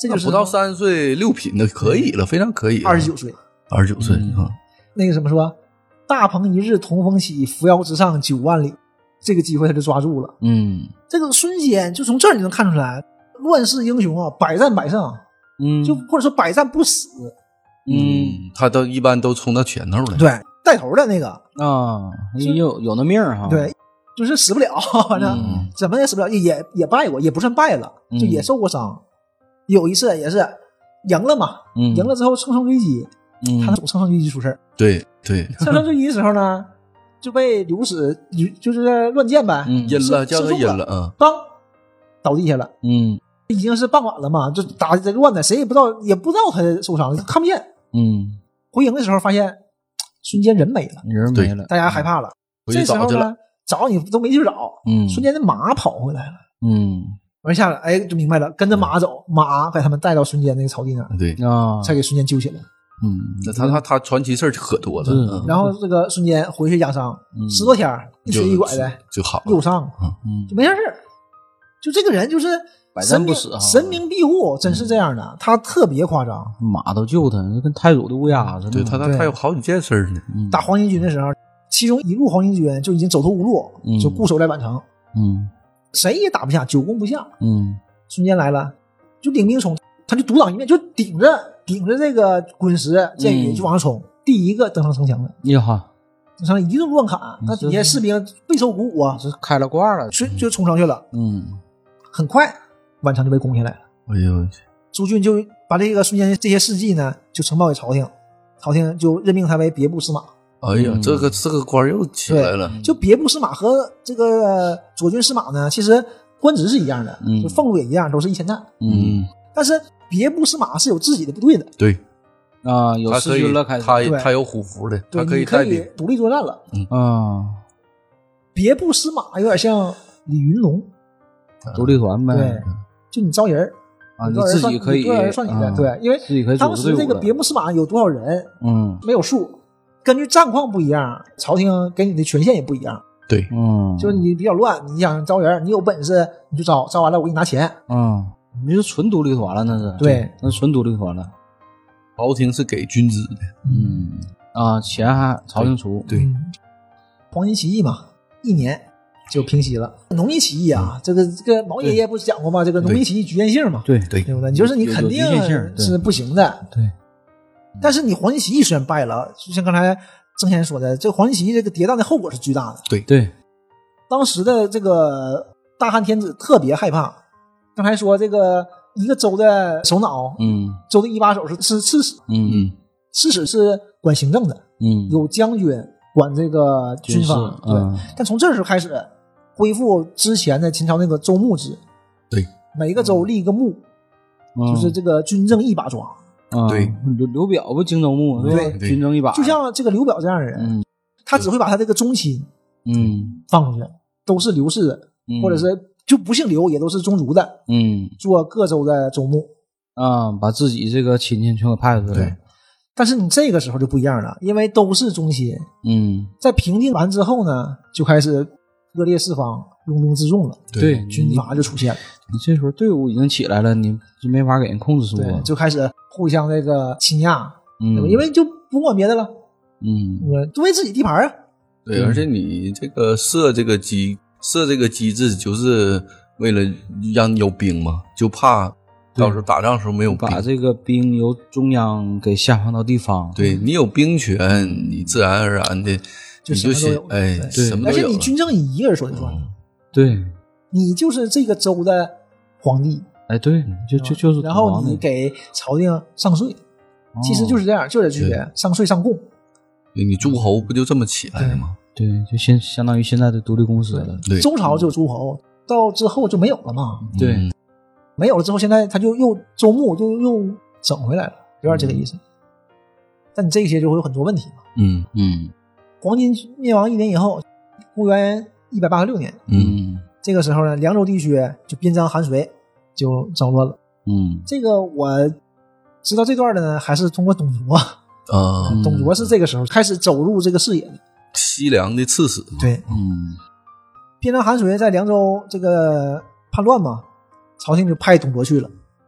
这就是不到三十岁六品的可以了，非常可以。 二十九岁， 二十九岁啊， 那个什么说，大鹏一日同风起，扶摇直上九万里，这个机会他就抓住了。 嗯， 这个孙坚就从这儿你能看出来，乱世英雄啊，百战百胜， 嗯， 就或者说百战不死。 嗯，他都一般都冲到前头了。 对，带头的那个啊，有有那命哈。 对，就是死不了，反正、 嗯、 怎么也死不了，也也败过，也不算败了，就也受过伤。嗯、有一次也是赢了嘛， 嗯、 赢了之后乘胜追击， 嗯、 他乘胜追击出事儿。 对对， 乘胜追击的时候呢，就被刘使就是乱箭呗， 嗯， 阴了，叫他阴了啊， 当倒地下了。 嗯， 已经是傍晚了嘛，就打的乱的，谁也不知道，也不知道他受伤了，看不见。 嗯， 回营的时候发现瞬间人没了， 人没了， 大家害怕了。这时候呢，找你都没地儿找， 嗯， 瞬间的马跑回来了， 嗯， 完下来，哎，就明白了，跟着马走，马把他们带到瞬间那个草地那儿， 对啊， 才给瞬间救起来。 嗯， 那他他他传奇事儿可多了。嗯、 然后这个瞬间回去养伤，嗯、十多天一瘸一拐的就好， 又上， 嗯， 就没啥事儿。就这个人就是百战不死啊， 神明庇护，真是这样的，他特别夸张， 马都救他，跟太祖的乌鸦似的。 对他他他有好几件事呢。 打黄巾军的时候，其中一路黄巾军就已经走投无路， 嗯、 就固守在宛城， 嗯， 谁也打不下，久攻不下。 嗯， 瞬间来了，就领兵冲，他就独当一面，就顶着顶着这个滚石箭雨就往上冲，嗯、第一个登上城墙的。 呀哈， 登上一顿乱砍，那底下士兵备受鼓舞啊， 是开了挂了， 就就冲上去了。 嗯， 很快宛城就被攻下来了。 哎呦， 朱俊就把这个瞬间这些事迹呢，就呈报给朝廷，朝廷就任命他为别部司马。 哎呀，这个这个官又起来了。 就别部司马和这个左军司马呢，其实官职是一样的， 嗯、 就俸禄也一样，都是一千担。 嗯， 但是别部司马是有自己的部队的。 对。 啊，有士军了，开始他他有虎符的，他可以可以独立作战了。 嗯啊， 别部司马有点像李云龙， 独立团呗。 对，就你招人啊，你自己可以多少人算你的， 啊、 对，因为自己可以当时这个别部司马有多少人， 嗯， 没有数，根据战况不一样，朝廷给你的权限也不一样。 对， 嗯， 就是你比较乱，你想招人，你有本事你就招，招完了我给你拿钱。 嗯，你是纯独立团了，那是对， 那是纯独立团了。 朝廷是给军资的， 嗯啊，钱还朝廷出。 对， 嗯、黄巾起义嘛，一年就平息了。农民起义啊，嗯、这个这个毛爷爷不是讲过吗？这个农民起义局限性嘛， 对对对不对？就是你肯定是不行的。 对， 但是你黄巾起义虽然败了，就像刚才郑先说的，这个黄巾起义这个跌宕的后果是巨大的。 对对， 当时的这个大汉天子特别害怕。刚才说这个。一个州的首脑， 嗯， 州的一把手是是刺史， 嗯嗯， 刺史是管行政的， 嗯， 有将军管这个军方，对。 嗯、 但从这时候开始，恢复之前的秦朝那个州牧制， 对， 每个州立一个牧， 嗯、 就是这个军政一把抓， 嗯、 对， 刘刘表不荆州牧， 对， 军政一把， 就像这个刘表这样的人， 嗯， 他只会把他这个宗亲， 嗯， 放出去，都是刘氏的， 嗯、 或者是。就不姓刘，也都是宗族的， 嗯， 做各州的州牧啊，把自己这个亲戚全给派出去了。 对，但是你这个时候就不一样了，因为都是宗亲。 嗯， 在平定完之后呢，就开始割裂四方，拥兵自重了。 对， 军阀就出现了。 你这时候队伍已经起来了，你就没法给人控制住了，就开始互相这个倾轧， 嗯， 因为就不管别的了， 嗯， 都为自己地盘啊。 对，而且你这个设这个机。设这个机制就是为了让有兵嘛，就怕到时候打仗的时候没有兵， 把这个兵由中央给下放到地方。 对，你有兵权，你自然而然的就你就哎， 对， 什么都有。 而且你军政以一而说就算了， 对， 你就是这个州的皇帝。 哎，对，就就就是。 然后你给朝廷上税，哦、其实就是这样，就这区别，上税上贡。 对，你诸侯不就这么起来的吗？ 对，就现相当于现在的独立公司了。 对， 周朝就诸侯，到之后就没有了嘛。 对， 嗯、 没有了之后，现在他就又周牧就又整回来了，有点这个意思。嗯、但你这些就会有很多问题嘛。 嗯嗯。 黄巾灭亡一年以后，公元一百八十六年， 嗯， 这个时候呢，凉州地区就边疆韩遂就造乱了。 嗯， 这个我知道这段的呢，还是通过董卓。 啊、 嗯，董卓是这个时候开始走入这个视野的。 西凉的刺史， 对， 嗯， 边疆韩遂在凉州这个叛乱嘛，朝廷就派董卓去了。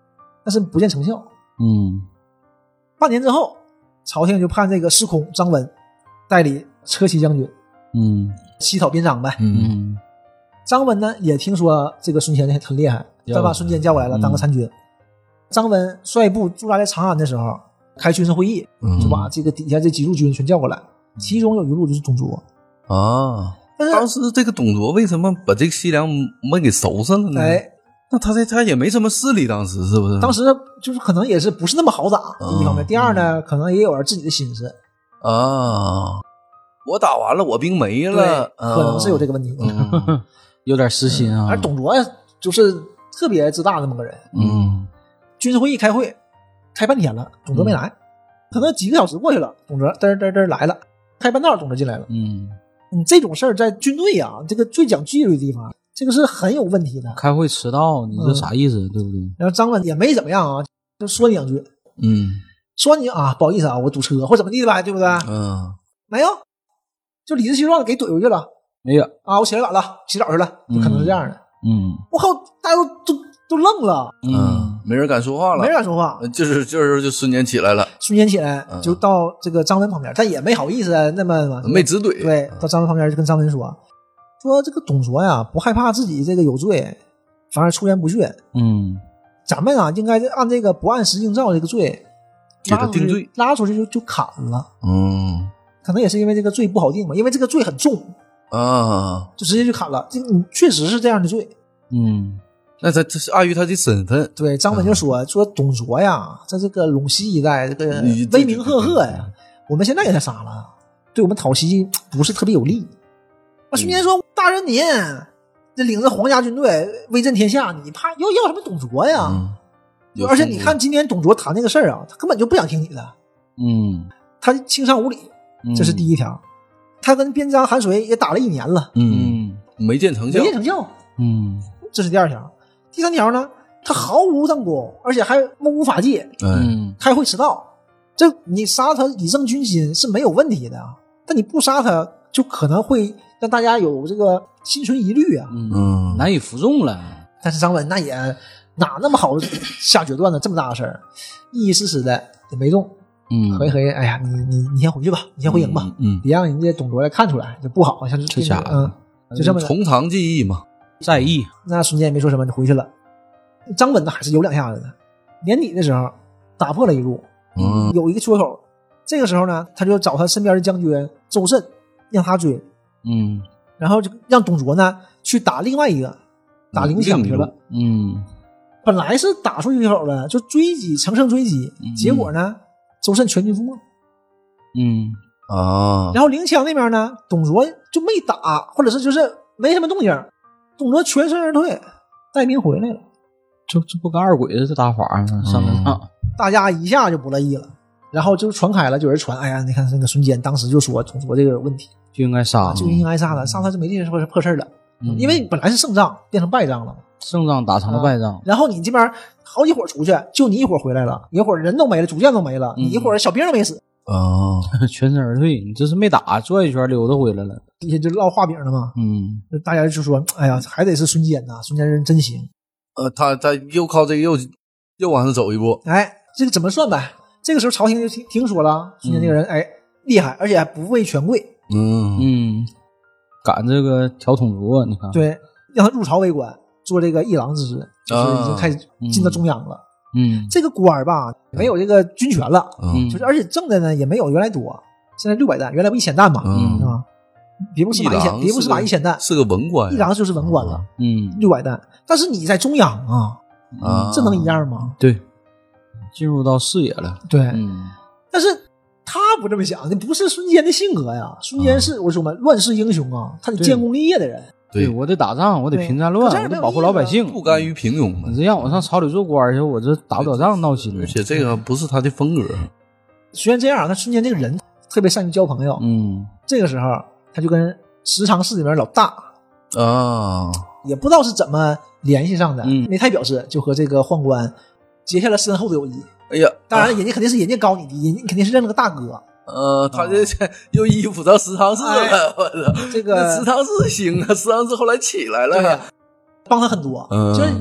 但是不见成效。 嗯， 半年之后，朝廷就判这个司空张温代理车骑将军， 嗯， 西讨边章呗。 嗯， 张温呢也听说这个孙坚很厉害，他把孙坚叫过来了当个参军。张温率部驻扎在长安的时候，开军事会议，就把这个底下这几路军全叫过来，其中有一路就是董卓啊。当时这个董卓为什么把这个西凉没给收拾了呢？ 哎， 那他在他也没什么势力，当时是不是？ 当时就是可能也是不是那么好打，第一方面，第二呢，可能也有点自己的心思啊。我打完了，我兵没了， 可能是有这个问题， 嗯、有点私心啊。 而董卓就是特别自大的那么个人。 嗯， 军事会议开会开半天了，董卓没来，嗯、可能几个小时过去了，董卓嘚嘚嘚来了，开半道董卓进来了。 嗯。 你这种事儿在军队啊，这个最讲纪律的地方，这个是很有问题的。 开会迟到，你这啥意思，嗯、对不对？ 然后张温也没怎么样啊，就说你两句， 嗯， 说你啊，不好意思啊，我堵车或怎么地的呗，对不对？ 嗯， 没有，就理直气壮的给怼回去了。 没有啊，我起来晚了，洗澡去了，就可能是这样的。 嗯， 我靠，大家都都都愣了， 嗯，没人敢说话了， 没人敢说话， 就是就是就瞬间起来了， 瞬间起来就到这个张温旁边，但也没好意思那么没直怼， 对，到张温旁边就跟张温说，说这个董卓呀，不害怕自己这个有罪，反而出言不逊， 嗯， 咱们啊应该按这个不按时应诏这个罪给他定罪， 拉出去就就砍了， 嗯， 可能也是因为这个罪不好定嘛，因为这个罪很重啊， 就直接就砍了，这你确实是这样的罪， 嗯。 那他这是碍于他的身份。 对，张温就说、嗯、说董卓呀，在这个陇西一带这个威名赫赫呀，我们现在给他杀了，对我们讨西不是特别有利。啊，孙坚说、嗯、大人您这领着皇家军队威震天下，你怕要要什么董卓呀？ 嗯、 而且你看今天董卓谈这个事儿啊，他根本就不想听你的， 嗯， 他轻伤无礼，这是第一条。嗯、他跟边章、韩遂也打了一年了， 嗯，没见成效， 没见成效， 嗯， 这是第二条。第三条呢，他毫无正功，而且还目无法纪， 嗯， 开会迟到。这你杀他以正军心是没有问题的，但你不杀他，就可能会让大家有这个心存疑虑啊， 嗯，难以服众了。 但是张温那也哪那么好下决断呢？这么大的事儿，一一实实的也没中。 嗯， 合计合计，哎呀，你你你先回去吧，你先回营吧， 嗯，嗯别让人家董卓来看出来，这不好，像是这家嗯，就这么从长计议嘛。 在意， 那孙坚也没说什么，就回去了。张温呢还是有两下子的。年底的时候打破了一路， 嗯， 有一个缺口。这个时候呢，他就找他身边的将军周慎，让他追， 嗯， 然后就让董卓呢去打另外一个，打凌抢去了。 嗯， 本来是打出缺口了，就追击，乘胜追击， 嗯、 结果呢，周慎全军覆没。 嗯啊， 然后凌抢那边呢，董卓就没打，或者是就是没什么动静。董卓全身而退，带兵回来了， 这这不跟二鬼子这打法吗？上战场， 大家一下就不乐意了，然后就传开了，就有人传，哎呀，你看那个孙坚当时就说董卓这个有问题， 就应该杀、啊， 就应该杀他，杀他就没这破破事了、 嗯， 因为本来是胜仗变成败仗了嘛， 胜仗打成了败仗、 啊，然后你这边好几伙出去，就你一伙回来了，一会儿人都没了，主将都没了， 嗯、 你一会儿小兵都没死。 啊， 全身而退，你这是没打，转一圈溜达回来了。 底下就烙画饼了嘛， 嗯， 大家就说，哎呀，还得是孙坚呐，孙坚人真行。 呃，他他又靠这个又又往上走一步， 哎，这个怎么算呗？这个时候朝廷就听听说了，孙坚这个人，嗯、哎，厉害，而且还不畏权贵。 嗯嗯，赶这个调统卓，你看， 对，让他入朝为官，做这个议郎之职，就是已经开始进到中央了。 啊嗯， 这个官儿吧，没有这个军权了， 嗯， 就是而且挣的呢也没有原来多，现在六百担，原来不一千担嘛， 嗯， 是吧？别不是把一千，别不是把一千担， 是个文官， 议郎就是文官了， 嗯， 六百担，但是你在中央啊， 啊， 这能一样吗？ 对，进入到视野了， 对， 嗯， 但是他不这么想，这不是孙坚的性格呀，孙坚是、啊、我说嘛，乱世英雄啊，他得建功立业的人。 对，我得打仗，我得平战乱，我得保护老百姓， 不甘于平庸嘛。 你这让我上朝里做官去，我这打不了仗，闹心。 而且这个不是他的风格。 虽然这样，但孙坚这个人特别善于交朋友。 嗯， 这个时候他就跟十常侍里面老大啊， 也不知道是怎么联系上的， 嗯， 没太表示，就和这个宦官结下了深厚的友谊。 哎呀， 当然人家肯定是人家高你低，人家肯定是认了个大哥。 呃，他这又依附到十常侍了，哎、我操！ 这个十常侍行啊，十常侍后来起来了， 对呀，帮他很多。 嗯， 就是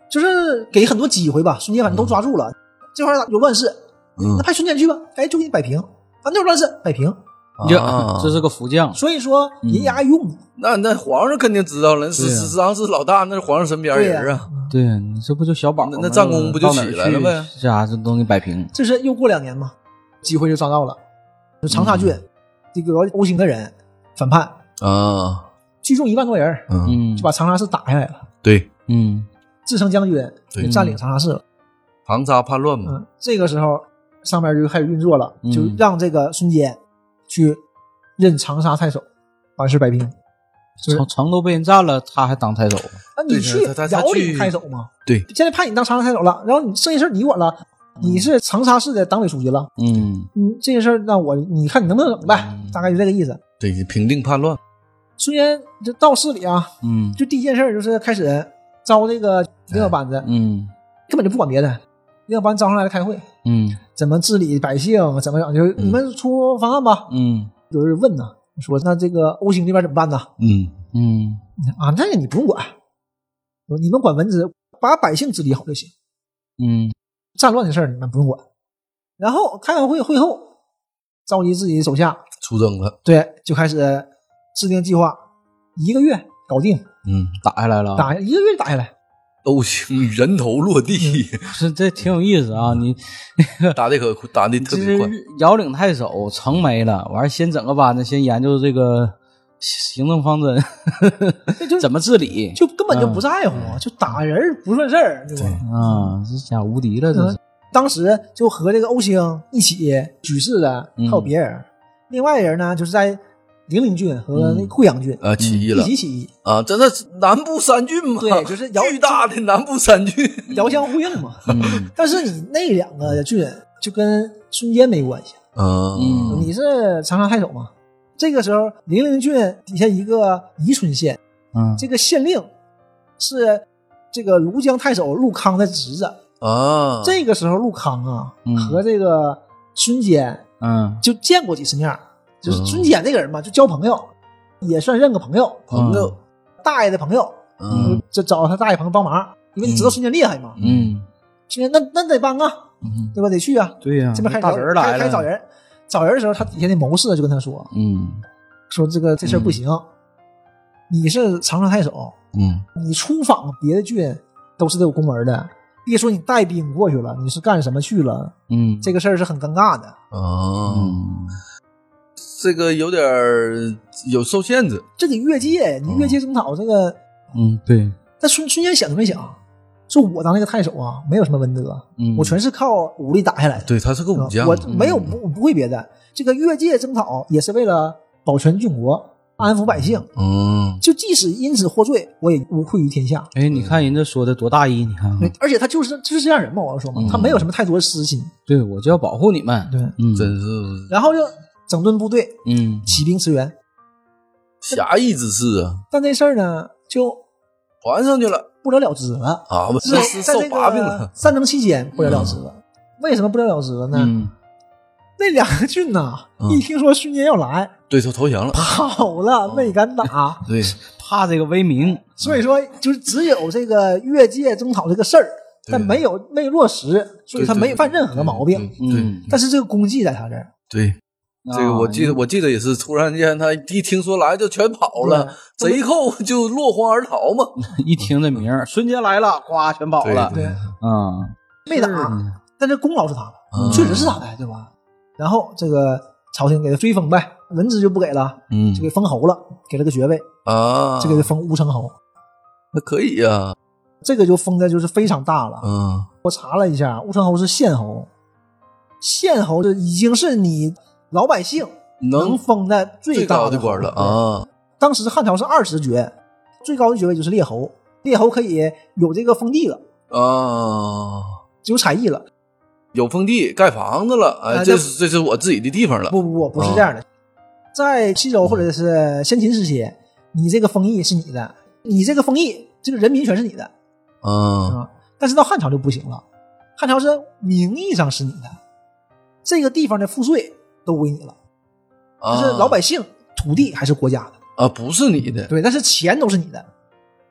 就是给很多机会吧，孙坚反正都抓住了，嗯、这块有乱世， 嗯， 那派孙坚去吧，哎，就给你摆平，反正有乱世摆平。 啊，这是个福将， 所以说人家爱用你。 嗯、那那皇上肯定知道了，是实际上是老大，那是皇上身边人啊。 对呀、啊，你这不就小宝吗？ 那那战功不就起来了呗？ 这家这都给摆平。 这是又过两年嘛，机会就抓到了，就长沙郡、嗯、这个欧兴的人反叛啊， 聚众一万多人， 嗯， 就把长沙市打下来了。 对， 嗯， 自称将军就占领长沙市了。 长沙叛乱嘛、 嗯，这个时候上面就开始运作了， 嗯、 就让这个孙坚去任长沙太守，把事摆平。 城城都被人占了，他还当太守？ 啊，你去遥领太守嘛？ 对， 现在派你当长沙太守了，然后你剩下事你管了，你是长沙市的党委书记了。 嗯， 嗯，这些事儿那我你看你能不能整呗？嗯、大概就这个意思。 对，平定叛乱。 孙坚就到市里啊， 嗯， 就第一件事就是开始招这个领导班子， 嗯， 根本就不管别的，领导班招上来了开会， 嗯， 怎么治理百姓，怎么整，就是你们出方案吧。 嗯， 有人问呢，说那这个欧兴这边怎么办呢？ 嗯嗯啊，那个你不用管，你们管文职，把百姓治理好就行。 嗯， 战乱的事儿你们不用管。然后开完会会后，召集自己的手下出征了， 对，就开始制定计划，一个月搞定。 嗯， 打下来了， 打一个月打下来， 欧兴人头落地。 是这挺有意思啊！你打的可打的特别快。 遥领太守城没了，完了先整个班子，先研究这个行政方针，怎么治理， 就根本就不在乎，嗯、就打人不算事儿，对吧？ 啊，这家无敌了，这是。 嗯、当时就和这个欧兴一起举事的还有别人，嗯、另外人呢就是在零陵郡和那贵阳郡啊、嗯、起义了， 一起起义啊，真的南部三郡嘛， 对，就是巨大的南部三郡， 遥相呼应嘛。 嗯、 但是你那两个郡就跟孙坚没关系， 嗯， 你是长沙太守嘛？这个时候零陵郡底下一个宜春县， 嗯， 这个县令是这个庐江太守陆康的侄子啊。 这个时候陆康啊、 嗯、 和这个孙坚嗯就见过几次面。就是孙坚这个人嘛，就交朋友，也算认个朋友， 朋友， 大爷的朋友， 嗯， 就找他大爷朋友帮忙，因为你知道孙坚厉害嘛， 嗯， 孙坚那那得帮啊， 嗯， 对吧？得去啊， 对呀、啊， 这边开大人来了， 开始找人，找人的时候，他底下的谋士就跟他说， 嗯， 说这个这事儿不行，嗯、你是长沙太守， 嗯， 你出访别的郡都是得有公文的，别说你带兵过去了，你是干什么去了， 嗯， 这个事儿是很尴尬的， 哦。 嗯这个有点有受限制， 这得越界，你越界征讨这个， 嗯，对。 但孙孙坚想都没想，说我当那个太守啊，没有什么文德， 嗯， 我全是靠武力打下来的。 对，他是个武将， 我没有不不会别的。这个越界征讨也是为了保全郡国，安抚百姓。 嗯， 就即使因此获罪，我也无愧于天下。 哎，你看人家说的多大义，你看， 而且他就是就是这样人嘛，我要说嘛，他没有什么太多的私心。 对，我就要保护你们。 对， 嗯， 真是。 然后就整顿部队， 嗯， 起兵驰援， 侠义之士啊！ 但这事儿呢，就传上去了， 不了了之了啊！ 是是受把柄了。 战争期间不了了之了，嗯、为什么不了了之了呢？ 嗯、 那两个郡呐、嗯，一听说孙坚要来， 对手投降了， 跑了，没敢打。 对， 怕这个威名， 所以说就是只有这个越界征讨这个事儿。但没有没落实，所以他没犯任何毛病。 对， 但是这个功绩在他这儿。 对，这个我记得，我记得也是，突然间他一听说来就全跑了，贼寇就落荒而逃嘛。 一听这名儿，孙坚来了，哗，全跑了。 对， 嗯， 没打，但这功劳是他的，确实是他的，对吧？然后这个朝廷给他追封呗，文职就不给了， 嗯， 就给封侯了，给了个爵位啊， 就给他封乌程侯。 那可以呀。 这个就封的就是非常大了， 嗯， 我查了一下，乌程侯是县侯，县侯这已经是你老百姓能封的最高的官了啊。 当时汉朝是二十爵，最高的爵位就是列侯，列侯可以有这个封地了啊， 有采邑了， 有封地盖房子了，哎，这是这是我自己的地方了。 不不不，不是这样的，在西周或者是先秦时期，你这个封邑是你的，你这个封邑这个人民全是你的。 嗯、 啊，但是到汉朝就不行了，汉朝是名义上是你的，这个地方的赋税都归你了， 啊， 就是老百姓土地还是国家的啊，不是你的， 对，但是钱都是你的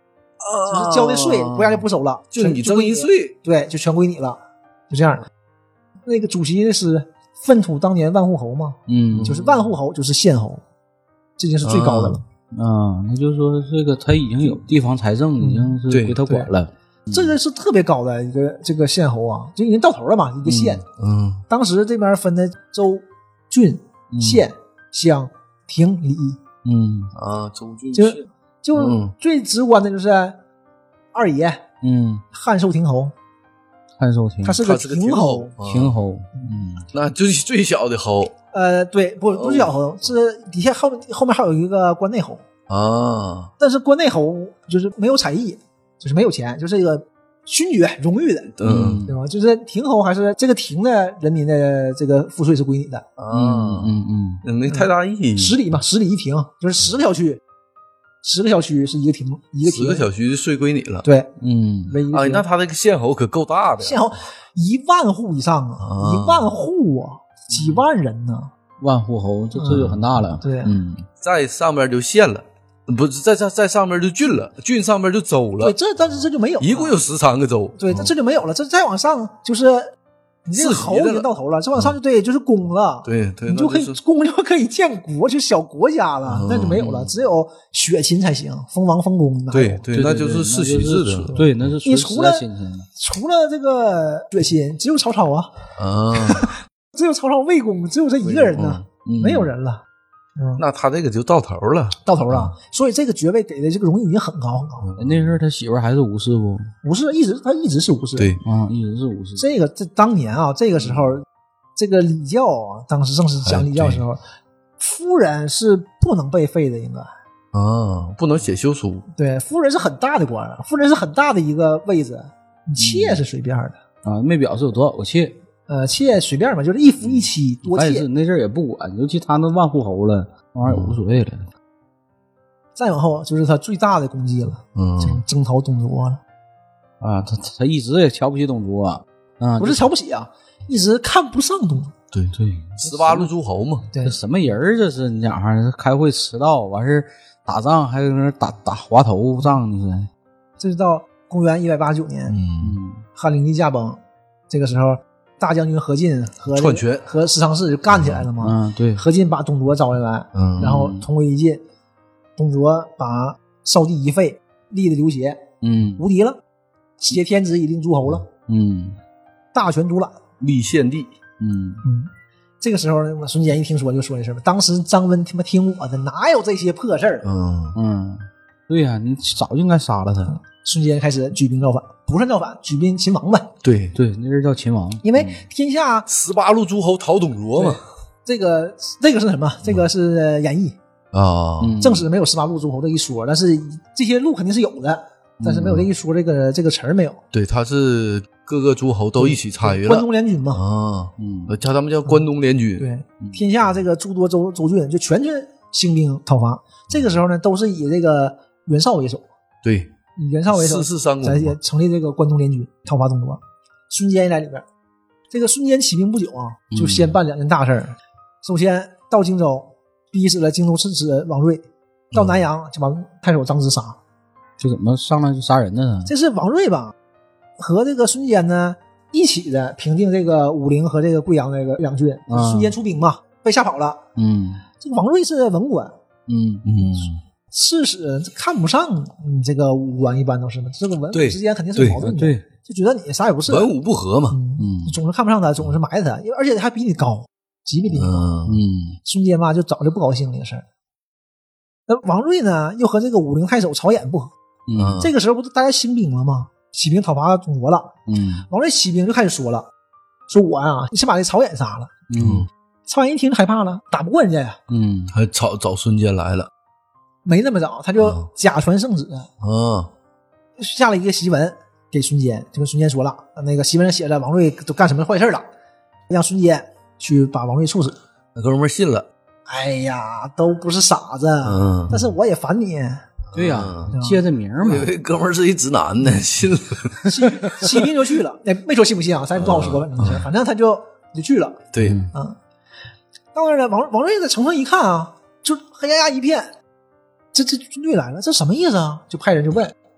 就是交的税国家就不收了， 就你征一税， 对，就全归你了，就这样。那个主席是粪土当年万户侯嘛， 嗯， 就是万户侯就是县侯，这已经是最高的了。 啊，那就是说这个他已经有地方财政，已经是归他管了。 这个是特别高的一个这个县侯啊，就已经到头了嘛，一个县。 嗯， 当时这边分的州、郡、县、乡、亭、里。 嗯啊，州郡就县就嗯最直观的就是二爷， 嗯， 汉寿亭侯， 汉寿亭， 他是个他是个亭侯， 亭侯，嗯， 那最最小的侯呃，对，不不是小侯，是底下后后面还有一个关内侯啊， 但是关内侯就是没有才艺，就是没有钱，就是这个勋爵荣誉的， 嗯对吧？就是亭侯还是这个亭的人民的这个赋税是归你的， 啊， 嗯嗯嗯，没太大意义。 十里嘛，十里一亭，就是十个小区，十个小区是一个亭，一个亭， 十个小区的税归你了。 对， 嗯哎， 唯一一个亭那他这个县侯可够大的， 县侯一万户以上啊， 啊一万户啊，几万人呢、 万户侯，这这就很大了。 对嗯， 在上面就县了，不是在在在上面就郡了，郡上面就州了对，，这但是这就没有了， 一共有十三个州。 对，这这就没有了，这再往上就是你这个侯已经到头了，再往上就对，就是公了， 对对， 你就可以那是公就可以建国，就小国家了， 嗯那就没有了，只有血亲才行，封王封公的。 对对， 对， 那就是世袭制的对，那是你除了亲亲的。 除了这个血亲，只有曹操啊， 啊。 只有曹操魏公，只有这一个人呢， 嗯没有人了。嗯， 那他这个就到头了， 到头了，所以这个爵位给的这个荣誉已经很高很高了。 那时候他媳妇儿还是武士不？ 武士一直他一直是武士， 对， 啊，一直是武士。 这个这当年啊，这个时候，这个礼教啊，当时正是讲礼教的时候，夫人是不能被废的，应该啊，不能写休书对，夫人是很大的官，夫人是很大的一个位置，你妾是随便的啊，没表示有多少个妾， 呃，妾随便嘛，就是一夫一妻多妾他也是。那阵儿也不管，尤其他那万户侯了，那玩意儿也无所谓了。 再往后就是他最大的功绩了， 嗯就是征讨董卓了。 啊，他他一直也瞧不起董卓啊，啊不是瞧不起啊，一直看不上董卓。 对对， 十八路诸侯嘛， 对这，什么人儿这是？你讲话开会迟到，完事儿打仗还搁那打打滑头仗呢是？ 这是到公元一百八十九年， 嗯， 嗯汉灵帝驾崩，这个时候大将军何进和篡权和十常侍就干起来了嘛。 嗯，对， 何进把董卓招来了， 嗯然后同归于尽。董卓把少帝一废，立的刘协嗯无敌了，挟天子以令诸侯了， 嗯大权独揽。 立献帝， 嗯嗯，这个时候呢，孙坚一听说就说这事儿嘛，当时张温他妈听我的，哪有这些破事儿？ 嗯嗯，对呀、你早就应该杀了他。 孙坚开始举兵造反，不算造反，举兵秦王呗， 对， 对，那人叫秦王， 因为天下十八路诸侯讨董卓嘛， 这个这个是什么？这个是演义， 啊， 嗯正史没有十八路诸侯这一说，但是这些路肯定是有的，但是没有这一说，这个这个词儿没有。 对，他是各个诸侯都一起参与了关东联军嘛， 啊， 嗯叫他们叫关东联军， 对，天下这个诸多州州郡就全军兴兵讨伐。这个时候呢，都是以这个袁绍为首， 对， 以袁绍为首， 四世三公咱也成立这个关东联军讨伐董卓。孙坚也在里边。这个孙坚起兵不久啊，就先办两件大事儿。首先到荆州，逼死了荆州刺史王睿；到南阳就把太守张直杀。 这怎么上来就杀人呢？ 这是王睿吧，和这个孙坚呢一起的平定这个武陵和这个贵阳这个两郡。 啊孙坚出兵嘛，被吓跑了。 嗯这个王睿是文官， 嗯嗯， 刺史看不上你这个武官，一般都是嘛。这个文武对之间肯定是有矛盾的， 对， 就觉得你啥也不是， 文武不和嘛， 嗯， 嗯总是看不上他，总是埋汰他，因为而且还比你高，级别比你高。 嗯嗯孙坚吧就早就不高兴这个事儿。那王睿呢，又和这个武陵太守曹衍不和。 嗯这个时候不是大家兴兵了吗？起兵讨伐董卓了。 嗯王睿起兵就开始说了，说我呀、你先把这曹衍杀了。 嗯曹衍一听害怕了，打不过人家呀， 嗯还找找孙坚来了没那么早，他就嗯假传圣旨， 啊， 下了一个檄文给孙坚，就跟孙坚说了，那个檄文上写着王睿都干什么坏事了，让孙坚去把王睿处死。 那哥们儿信了， 哎呀，都不是傻子， 嗯但是我也烦你。 对呀嗯， 借这名儿嘛我以，为哥们儿是一直男的，信了， 起起兵就去了，哎，没说信不信啊，咱也不好说，反正反正他就就去了。 对， 嗯嗯，到那儿呢，王王睿在城上一看啊，就黑压压一片，这这军队来了，这什么意思啊？就派人就问，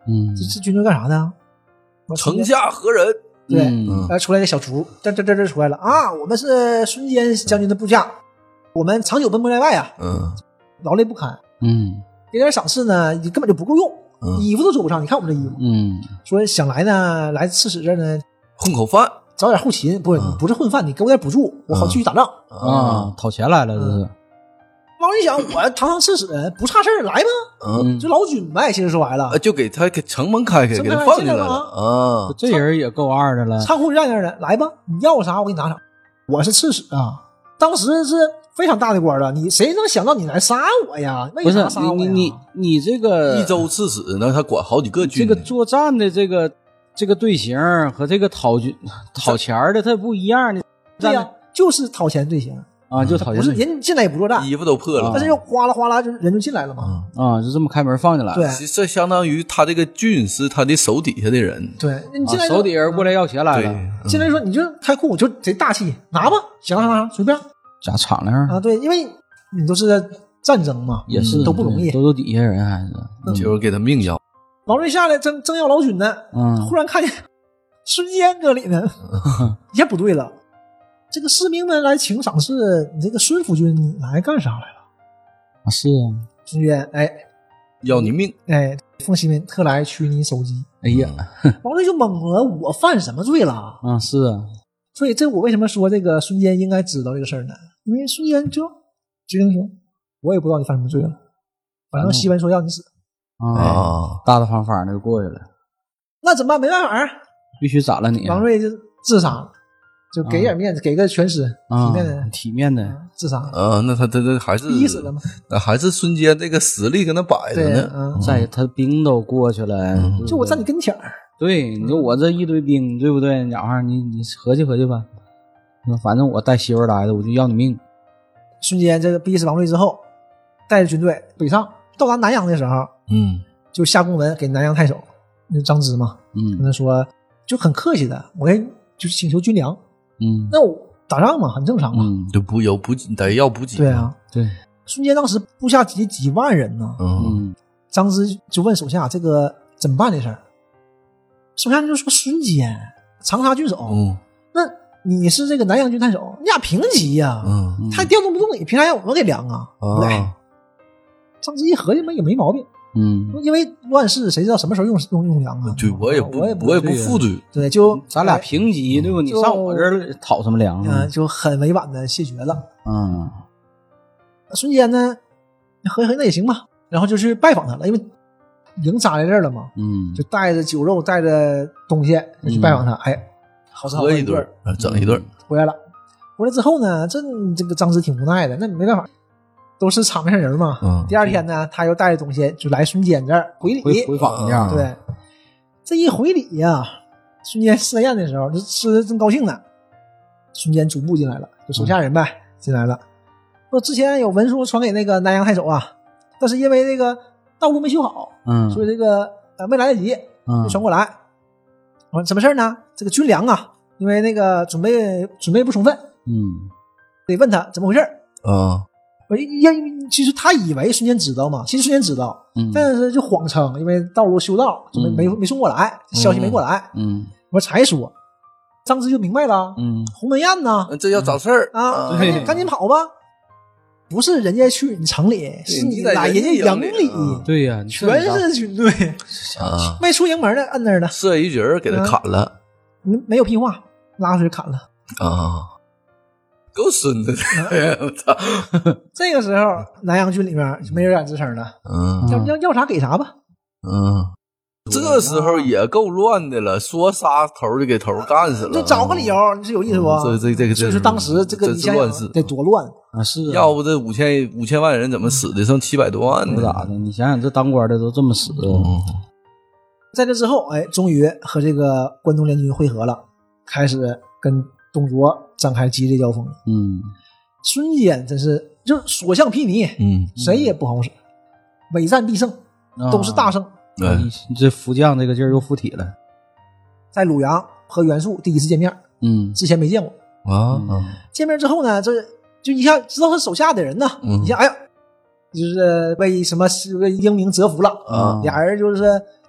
嗯， 这这军队干啥的？ 城下何人？ 对， 嗯呃，出来个小卒，这这这这出来了啊！我们是孙坚将军的部下，我们长久奔波在外啊， 嗯， 劳累不堪， 嗯给点赏赐呢，也根本就不够用， 嗯衣服都做不上。你看我们这衣服， 嗯说想来呢，来刺史这儿呢， 混口饭找点后勤，不是、 嗯不是混饭，你给我点补助，我好继续打仗。 啊，讨钱来了这是。 王一想，我堂堂刺史不差事儿，来吧， 嗯， 就老军呗。其实说白了啊，，就给他给城门开开， 城门给他放进来进来了了啊。 这人也够二的了。 仓库站那儿的，来吧，你要啥我给你拿啥。我是刺史啊，当时是非常大的官了，你谁能想到你来杀我呀？为不是啥杀我呀？ 你你你你这个一州刺史，那他管好几个军呢。 这个作战的这个这个队形和这个讨军讨钱的它不一样的。 对呀、就是掏钱队形， 啊，就讨不是钱队人进来也不作战， 衣服都破了啊但是就哗啦哗啦就人就进来了嘛。 啊，就这么开门放进来。 对其实这相当于他这个军是他的手底下的人。 对，你啊进来， 手底人过来要钱来对了，， 进来说你就开库就贼大气，拿吧，想拿啥随便家敞亮啊。对，因为你都是战争嘛， 也是都不容易。 都有底下人还是嗯就是给他命要。 王瑞下来正正要劳军呢， 嗯忽然看见孙坚搁里呢，一下不对了。这个士兵们来请赏赐，你这个孙夫君你来干啥来了？ 啊是啊， 孙坚，哎要你命， 哎，奉西门特来取你首级。 哎呀王瑞就懵了，我犯什么罪了？ 啊是啊， 所以这我为什么说这个孙坚应该知道这个事儿呢？因为孙坚就决定说，我也不知道你犯什么罪了，反正西门说要你死， 啊啊， 大大方方的就过去了， 那怎么办？没办法啊， 必须斩了你。 王瑞就自杀了，就给点面子，给个全尸， 啊体面的体面的， 自杀了， 啊，那他他他还是逼死了吗？ 那还是孙坚这个实力跟他摆着对， 呢。 嗯， 在他兵都过去了，对不对就我在你跟前儿， 对，你说我这一堆兵，对不对？鸟儿，你你合计合计吧。那反正我带媳妇儿来的，我就要你命。 孙坚这个逼死王瑞之后，带着军队北上，到达南阳的时候， 嗯就下公文给南阳太守，那张芝嘛，跟嗯他说，就很客气的，我给就是请求军粮， 嗯那我打仗嘛，很正常嘛， 嗯， 就不有补给得要补给。 对，啊。 对， 孙坚当时部下几几万人呢， 嗯嗯张芝就问手下这个怎么办这事儿，手下就说孙坚长沙郡守， 嗯那你是这个南阳郡太守，你俩平级呀、 嗯他调动不动你，凭啥要我给粮啊？不对， 啊， 张芝一合计嘛也没毛病， 嗯， 因为乱世谁知道什么时候用用用粮啊？ 对我也不我也不我也不对呀负责。 对，就咱俩平级，对不？你就上我这儿讨什么粮嗯、 啊？ 就很委婉的谢绝了。 嗯孙坚呢，合计合计那也行吧，然后就去拜访他了，因为营扎在这儿了嘛， 嗯就带着酒肉，带着东西就去拜访他。哎，好吃好喝顿喝一顿儿，整一顿儿。 回来了。回来之后呢，这这个张芝挺无奈的，那没办法，都是场面上人嘛。 嗯第二天呢，他又带着东西就来孙坚这儿回礼。 回回访一下， 啊对，这一回礼呀、孙坚设宴的时候，就吃的正高兴呢。孙坚逐步进来了，就手下人呗、进来了。说之前有文书传给那个南阳太守啊，但是因为这个道路没修好， 嗯所以这个呃没来得及， 嗯没传过来。我说什么事儿呢？这个军粮啊，因为那个准备准备不充分， 嗯得问他怎么回事儿。 啊我因其实他以为孙坚知道嘛，其实孙坚知道， 嗯但是就谎称因为道路修道，就没、 嗯没没送过来，消息没过来。 嗯我才说，张芝就明白了， 嗯鸿门宴呢那这要找事儿啊，赶对紧赶紧跑吧！不是人家去你城里，是你在来人家人家营里营里， 啊对呀，你全是军队， 啊， 没出营门的摁那儿呢， 设一局儿给他砍了没没有屁话，拉出去砍了。 啊，够孙子的！我操， 这个时候，南阳军里面没人敢吱声了， 嗯要要要啥给啥吧。 嗯，这时候也够乱的了，说杀头就给头干死了， 就找个理由，你是有意思不？ 嗯这这这个所以说当时这个这你想想是乱世得多乱。 啊是啊要不这五千五千万人怎么死的剩七百多万呢？ 不咋的，你想想这当官的都这么死， 嗯在这之后，哎，终于和这个关东联军会合了，开始跟董卓展开激烈交锋。 嗯孙坚真是就所向披靡， 嗯， 谁也不好使，屡战必胜，都是大胜。 哎你这副将这个劲儿又附体了， 在鲁阳和袁术第一次见面， 嗯之前没见过。 啊见面之后呢，这就一下知道他手下的人呢， 嗯一下哎呀，就是为什么是为英明折服了。 啊俩人就是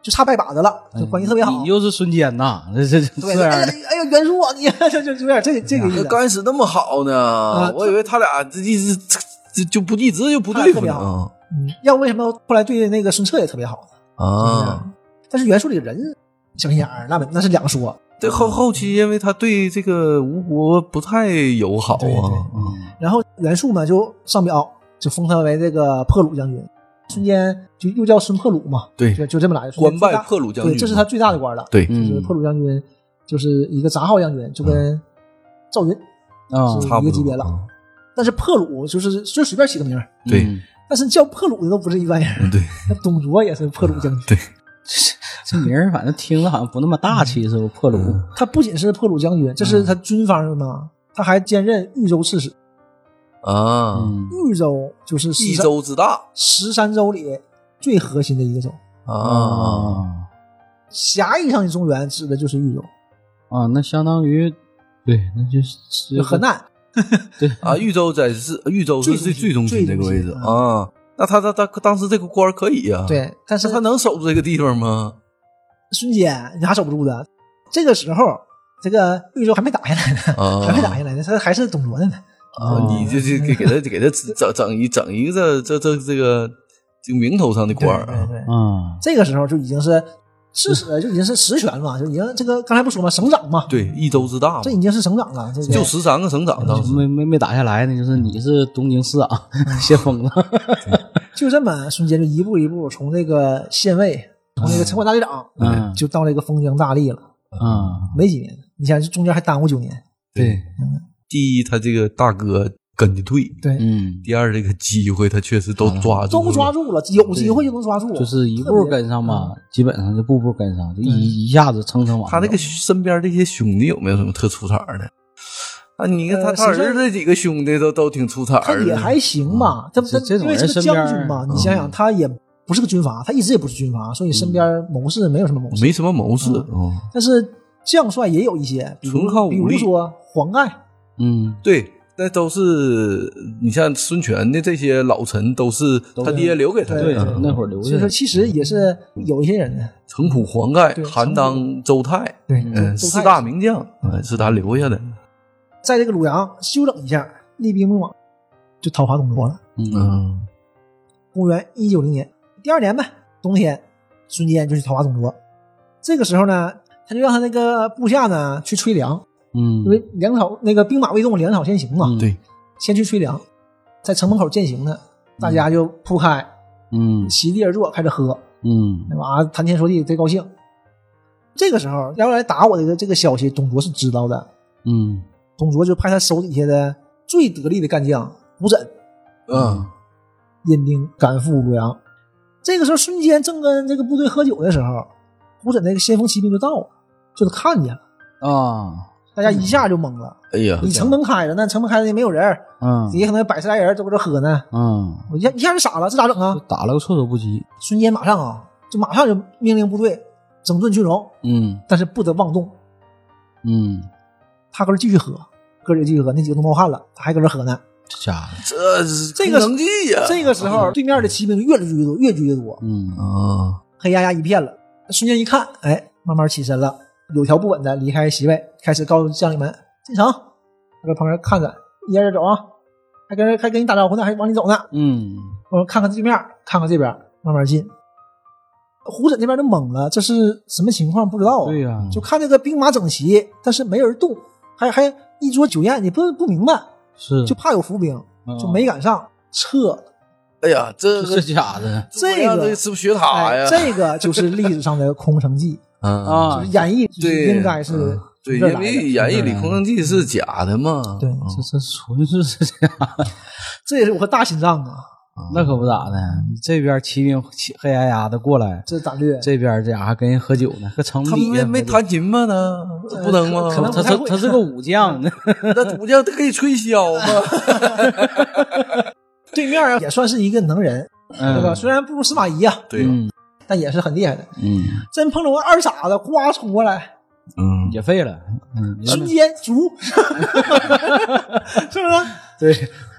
就差拜把子了，就关系特别好。 你就是孙坚呐，这这对， 这样的。 哎呀哎呀，袁术啊，你就就有点这这个意思。 刚开始那么好呢， 啊、 我以为他俩这一直这就不一直就不对付呢。 嗯，要不为什么后来对那个孙策也特别好呢？ 啊， 但是袁术里人小心眼儿，那那是两说。 对后后期，因为他对这个吴国不太友好啊。 对对嗯、然后袁术呢就上表，就封他为这个破虏将军。孙坚就又叫孙破虏嘛， 对， 就就这么来的。 官拜破虏将军， 对，这是他最大的官了。 对， 就是破虏将军，就是一个杂号将军，就跟赵云啊是一个级别了。 嗯、 但是破虏就是就随便起个名， 对。 嗯、但是叫破虏的都不是一般人。 嗯、对， 那董卓也是破虏将军。 对。 这名儿反正听着好像不那么大气，是不？破虏， 他不仅是破虏将军，这是他军方的嘛，他还兼任豫州刺史啊。 豫州就是益州之大， 十三州里最核心的一个州啊。 狭义上的中原指的就是豫州啊，那相当于对，那就是就河南。 对啊，豫州在是豫州是最最中心这个位置啊。那他他他当时这个官可以啊， 对，但是他能守住这个地方吗？ 孙坚你还守不住的。这个时候，这个豫州还没打下来呢， 啊、 还没打下来呢，他还是董卓的呢。 啊，你这这给给他给他整整一整一个这这这个这个名头上的官啊， 对对对， 嗯， 这个时候就已经是刺史，就已经是实权了，就已经这个刚才不说嘛，省长嘛， 对，益州之大， 这已经是省长了， 就十三个省长，当时没没没打下来呢，就是你是东京市长，先封了。 就这么，孙坚就一步一步从这个县尉，从那个城管大队长， 嗯， 就到这个封疆大吏了， 嗯， 没几年，你想中间还耽误九年。 对， 嗯， 第一，他这个大哥跟着退， 对， 嗯， 第二，这个机会他确实都抓住了， 都抓住了，有机会就能抓住， 就是一步跟上嘛，基本上就步步跟上，就一一下子蹭蹭往。 他那个身边这些兄弟有没有什么特出彩的？啊，你看他他儿子这几个兄弟都都挺出彩的， 他也还行吧。他他因为是个将军嘛，你想想，他也不是个军阀，他一直也不是军阀，所以身边谋士没有什么谋士， 没什么谋士。 但是将帅也有一些， 纯靠武力， 比如说黄盖， 嗯， 对，那都是你像孙权的这些老臣，都是他爹留给他的， 对，那会儿留下。 所以说，其实也是有一些人的， 程普、黄盖、韩当、周泰， 对， 嗯，四大名将，嗯，是他留下的。 在这个鲁阳休整一下，厉兵秣马，就讨伐董卓了。 嗯， 公元一九零年，第二年呗，冬天，孙坚就去讨伐董卓。这个时候呢，他就让他那个部下呢去催粮， 嗯， 因为粮草那个兵马未动，粮草先行嘛， 嗯、 对， 先去催粮，在城门口践行呢，大家就铺开， 嗯， 席地而坐，开始喝， 嗯， 那玩意谈天说地，贼高兴。这个时候要来打我的这个消息，董卓是知道的， 嗯。 董卓就派他手底下的最得力的干将胡轸， 嗯， 引兵赶赴鲁阳。这个时候，孙坚正跟这个部队喝酒的时候，胡轸那个先锋骑兵就到了，就是看见了啊， 大家一下就懵了。 哎呀， 你城门开着，那城门开着也没有人， 嗯， 底下可能百十来人都搁这喝呢， 嗯， 我一下一下就傻了，这咋整啊？ 打了个措手不及。 孙坚马上啊，就马上就命令部队整顿军容， 嗯， 但是不得妄动， 嗯， 他搁这继续喝。哥几个继续喝，那几个都冒汗了，他还搁这喝呢。 这家伙， 这是这个能计呀！ 这个时候，对面的骑兵越来越多，越聚越多。 嗯啊， 黑压压一片了。孙坚一看，哎，慢慢起身了，有条不紊的离开席位，开始告诉将领们进城。他在旁边看着，一人走啊，还跟还跟你打招呼呢，还往里走呢。 嗯， 我看看对面，看看这边，慢慢进。胡轸那边就懵了，这是什么情况？不知道啊。 对呀、啊， 就看这个兵马整齐，但是没人动，还还。一桌酒宴，你不不明白， 是就怕有伏兵， 嗯、 就没赶上，撤了。 哎呀，这是假的， 这个是不是学塔呀？ 哎、这个就是历史上的空城计啊， 就是演绎应该是、 嗯、对，因为演绎里空城计是假的嘛。 对， 嗯、这这纯是假的， 这也是我个大心脏啊。 那可不咋的，这边骑兵黑压压的过来， 这咋略？ 这边这家伙跟人喝酒呢，搁城里没没弹琴吗？呢，不能吗？ 可能他他他是个武将， 那武将他可以吹箫吗？ 对面也算是一个能人， 嗯、 对吧？虽然不如司马懿啊， 对、 嗯， 但也是很厉害的。 嗯， 真碰着个二傻子，呱冲过来， 嗯， 也废了。嗯， 孙坚卒，是不是？ 对。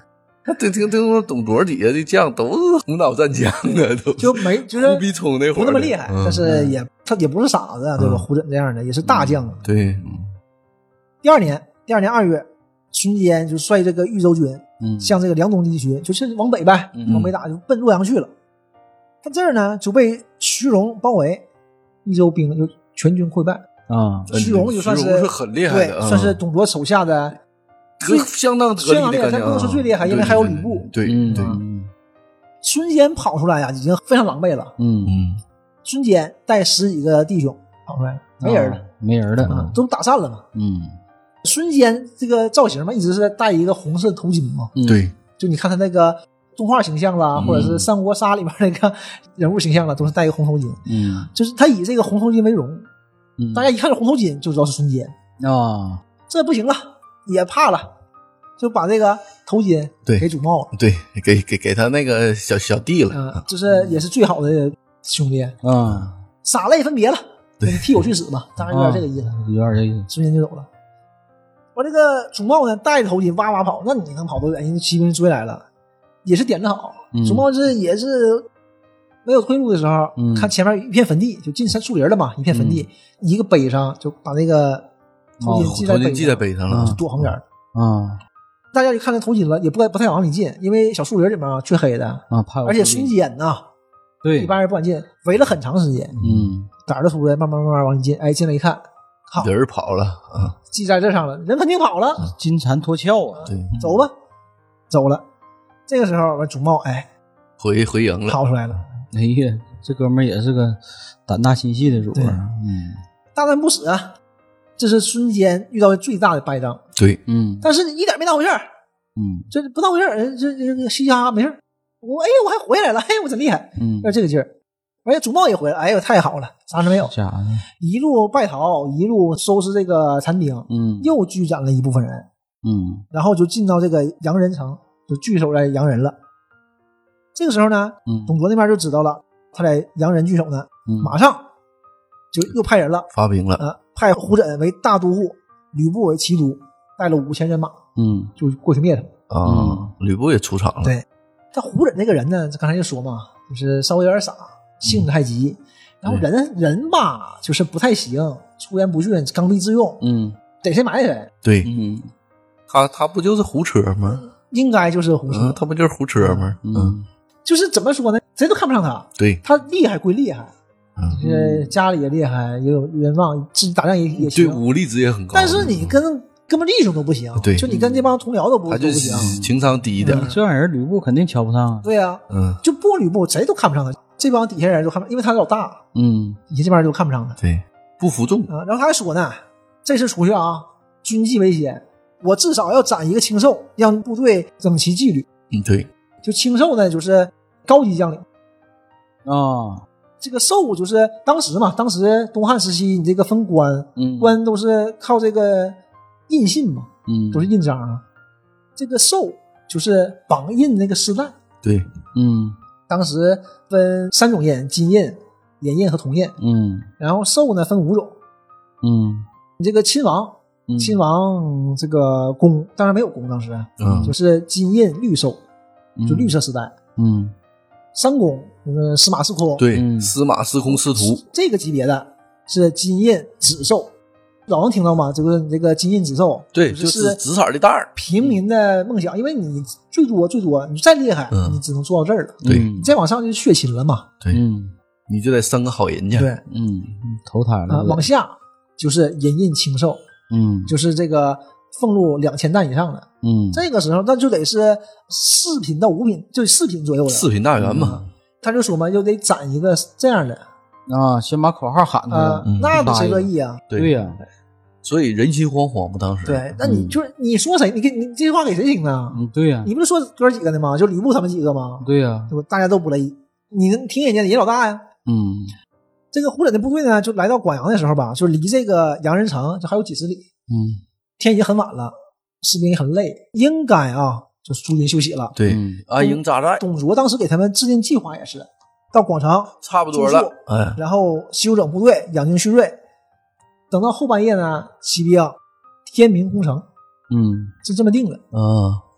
他听听听说董卓底下的将都是红脑战将啊，都就没就是忽必冲那会儿不那么厉害， 嗯、 但是也他也不是傻子，对吧？胡轸这样的也是大将。 嗯、对。 第二年，第二年二月，孙坚就率这个豫州军， 嗯， 向这个梁东地区，就是往北呗， 嗯、 往北打，就奔洛阳去了。他这儿呢就被徐荣包围，豫州兵就全军溃败啊。 徐荣就算是徐荣是很厉害的， 对，算是董卓手下的。 相当得力的感觉， 他不能说最厉害，因为还有吕布。 对对、 嗯对， 孙坚跑出来呀，已经非常狼狈了。 嗯嗯， 孙坚带十几个弟兄跑出来，没人了， 啊、没人了、 嗯，都打散了嘛。 嗯， 孙坚这个造型嘛，一直是戴一个红色头巾嘛。 嗯、 对， 就你看他那个动画形象啦， 嗯、 或者是三国杀里面那个人物形象啦，都是戴一个红头巾。 嗯， 就是他以这个红头巾为荣， 嗯、 大家一看这红头巾就知道是孙坚啊。 这不行了，也怕了。就把这个头巾给主茂了， 对，给给给他那个小小弟了， 嗯，就是也是最好的兄弟， 啊， 洒泪分别了，你替我去死吧，大概有点这个意思， 有点这个意思。 孙坚就走了。我这个主茂呢，带着头巾哇哇跑，那你能跑多远？因为骑兵追来了，也是点子好。 嗯、 主茂这也是没有退路的时候， 嗯、 看前面一片坟地，就进山树林了嘛，一片坟地，嗯、一个碑上就把那个头巾系在碑上， 哦、系在碑上了， 就躲旁边啊。 大家就看那头巾了，也不不太往里进，因为小树林里面黢黑的啊，怕而且孙坚呐， 对， 一般人不敢进，围了很长时间， 嗯， 胆儿都出来，慢慢慢慢往里进，哎，进来一看，好， 人跑了啊， 系在这上了，人肯定跑了， 金蝉脱壳啊， 对， 走吧，走了。这个时候，完主茂哎， 回回营了， 跑出来了。 哎呀，这哥们儿也是个胆大心细的主儿，嗯， 大难不死啊。这是孙坚遇到的最大的败仗， 对， 嗯， 但是一点没当回事儿， 嗯， 这不当回事儿，这这这嘻嘻哈哈没事儿，我哎我还回来了，嘿，我真厉害， 嗯， 要这个劲儿，而且主茂也回来，哎呦太好了，啥事没有， 啥呢？ 一路败逃，一路收拾这个残兵， 嗯， 又聚攒了一部分人， 嗯， 然后就进到这个阳人城，就聚守在阳人了。这个时候呢， 嗯， 董卓那边就知道了，他在阳人聚守呢， 嗯， 马上就又派人了， 发兵了， 呃，派胡轸为大都护，吕布为骑都，带了五千人马， 嗯， 就过去灭他。 啊， 嗯、 吕布也出场了。 对，他胡轸这个人呢，刚才就说嘛，就是稍微有点傻，性子太急，嗯、然后人人吧，就是不太行，出言不逊，刚愎自用， 嗯， 逮谁埋谁。 对， 嗯， 他他不就是胡车吗？ 应该就是胡车， 嗯、他不就是胡车吗？ 嗯， 嗯就是怎么说呢，谁都看不上他。 对， 他厉害归厉害。 嗯， 就是家里也厉害，也有冤枉，自己打仗也也行， 对，武力值也很高。 但是你跟根本弟兄都不行， 对， 就你跟这帮同僚都不他就都不行， 情商低一点。 嗯、这玩意儿吕布肯定瞧不上啊。 对呀、啊， 嗯， 就不吕布谁都看不上他，这帮底下人都看不上，因为他老大， 嗯， 底下这帮人都看不上他， 对，不服众啊。然后他还说呢，这次出去啊，军纪为先，我至少要斩一个青兽，让部队整齐纪律。 嗯，对， 就青兽呢，就是高级将领啊。 这个兽就是当时嘛，当时东汉时期，你这个分官， 嗯， 官都是靠这个印信嘛， 嗯， 都是印章啊。这个兽就是绑印那个丝带， 对， 嗯， 当时分三种印：金印、银印和铜印。 嗯， 然后兽呢分五种， 嗯， 你这个亲王， 嗯、 亲王这个弓，当然没有弓，当时， 嗯， 就是金印绿兽，就绿色丝带， 嗯。 三公那个司马司空， 对， 嗯、 司马司空司徒这个级别的是金印紫兽，老能听到吗？这个这个金印紫兽， 对， 就是紫色的带儿， 平民的梦想，因为你最多最多，你再厉害， 嗯、 你只能做到这儿了， 对， 你再往上就血亲了嘛， 对， 嗯， 你就得生个好人家， 对， 嗯，投胎了， 啊，往下就是银印青兽， 嗯， 就是这个俸禄两千担以上的， 嗯， 这个时候那就得是四品到五品，就四品左右的， 四品大员嘛。 嗯他就说嘛，就得攒一个这样的啊，先把口号喊出来， 啊， 嗯、 那得谁乐意啊？ 对呀、啊， 所以人心惶惶嘛，当时。 对，那你就是、嗯、你说谁？你给你这句话给谁听呢？ 嗯，对呀、啊， 你不是说哥几个的吗？就吕布他们几个吗？ 对呀、啊， 对吧？大家都不乐意，你听人家的，人老大呀。 嗯， 这个胡轸的部队呢，就来到广阳的时候吧，就离这个阳人城就还有几十里。 嗯， 天已经很晚了，士兵也很累，应该啊就驻军休息了。 对， 嗯、 安营扎寨。 董卓当时给他们制定计划也是。到广城差不多了，哎， 然后休整部队，养精蓄锐。等到后半夜呢，起兵，天明攻城， 嗯， 是这么定的。 啊，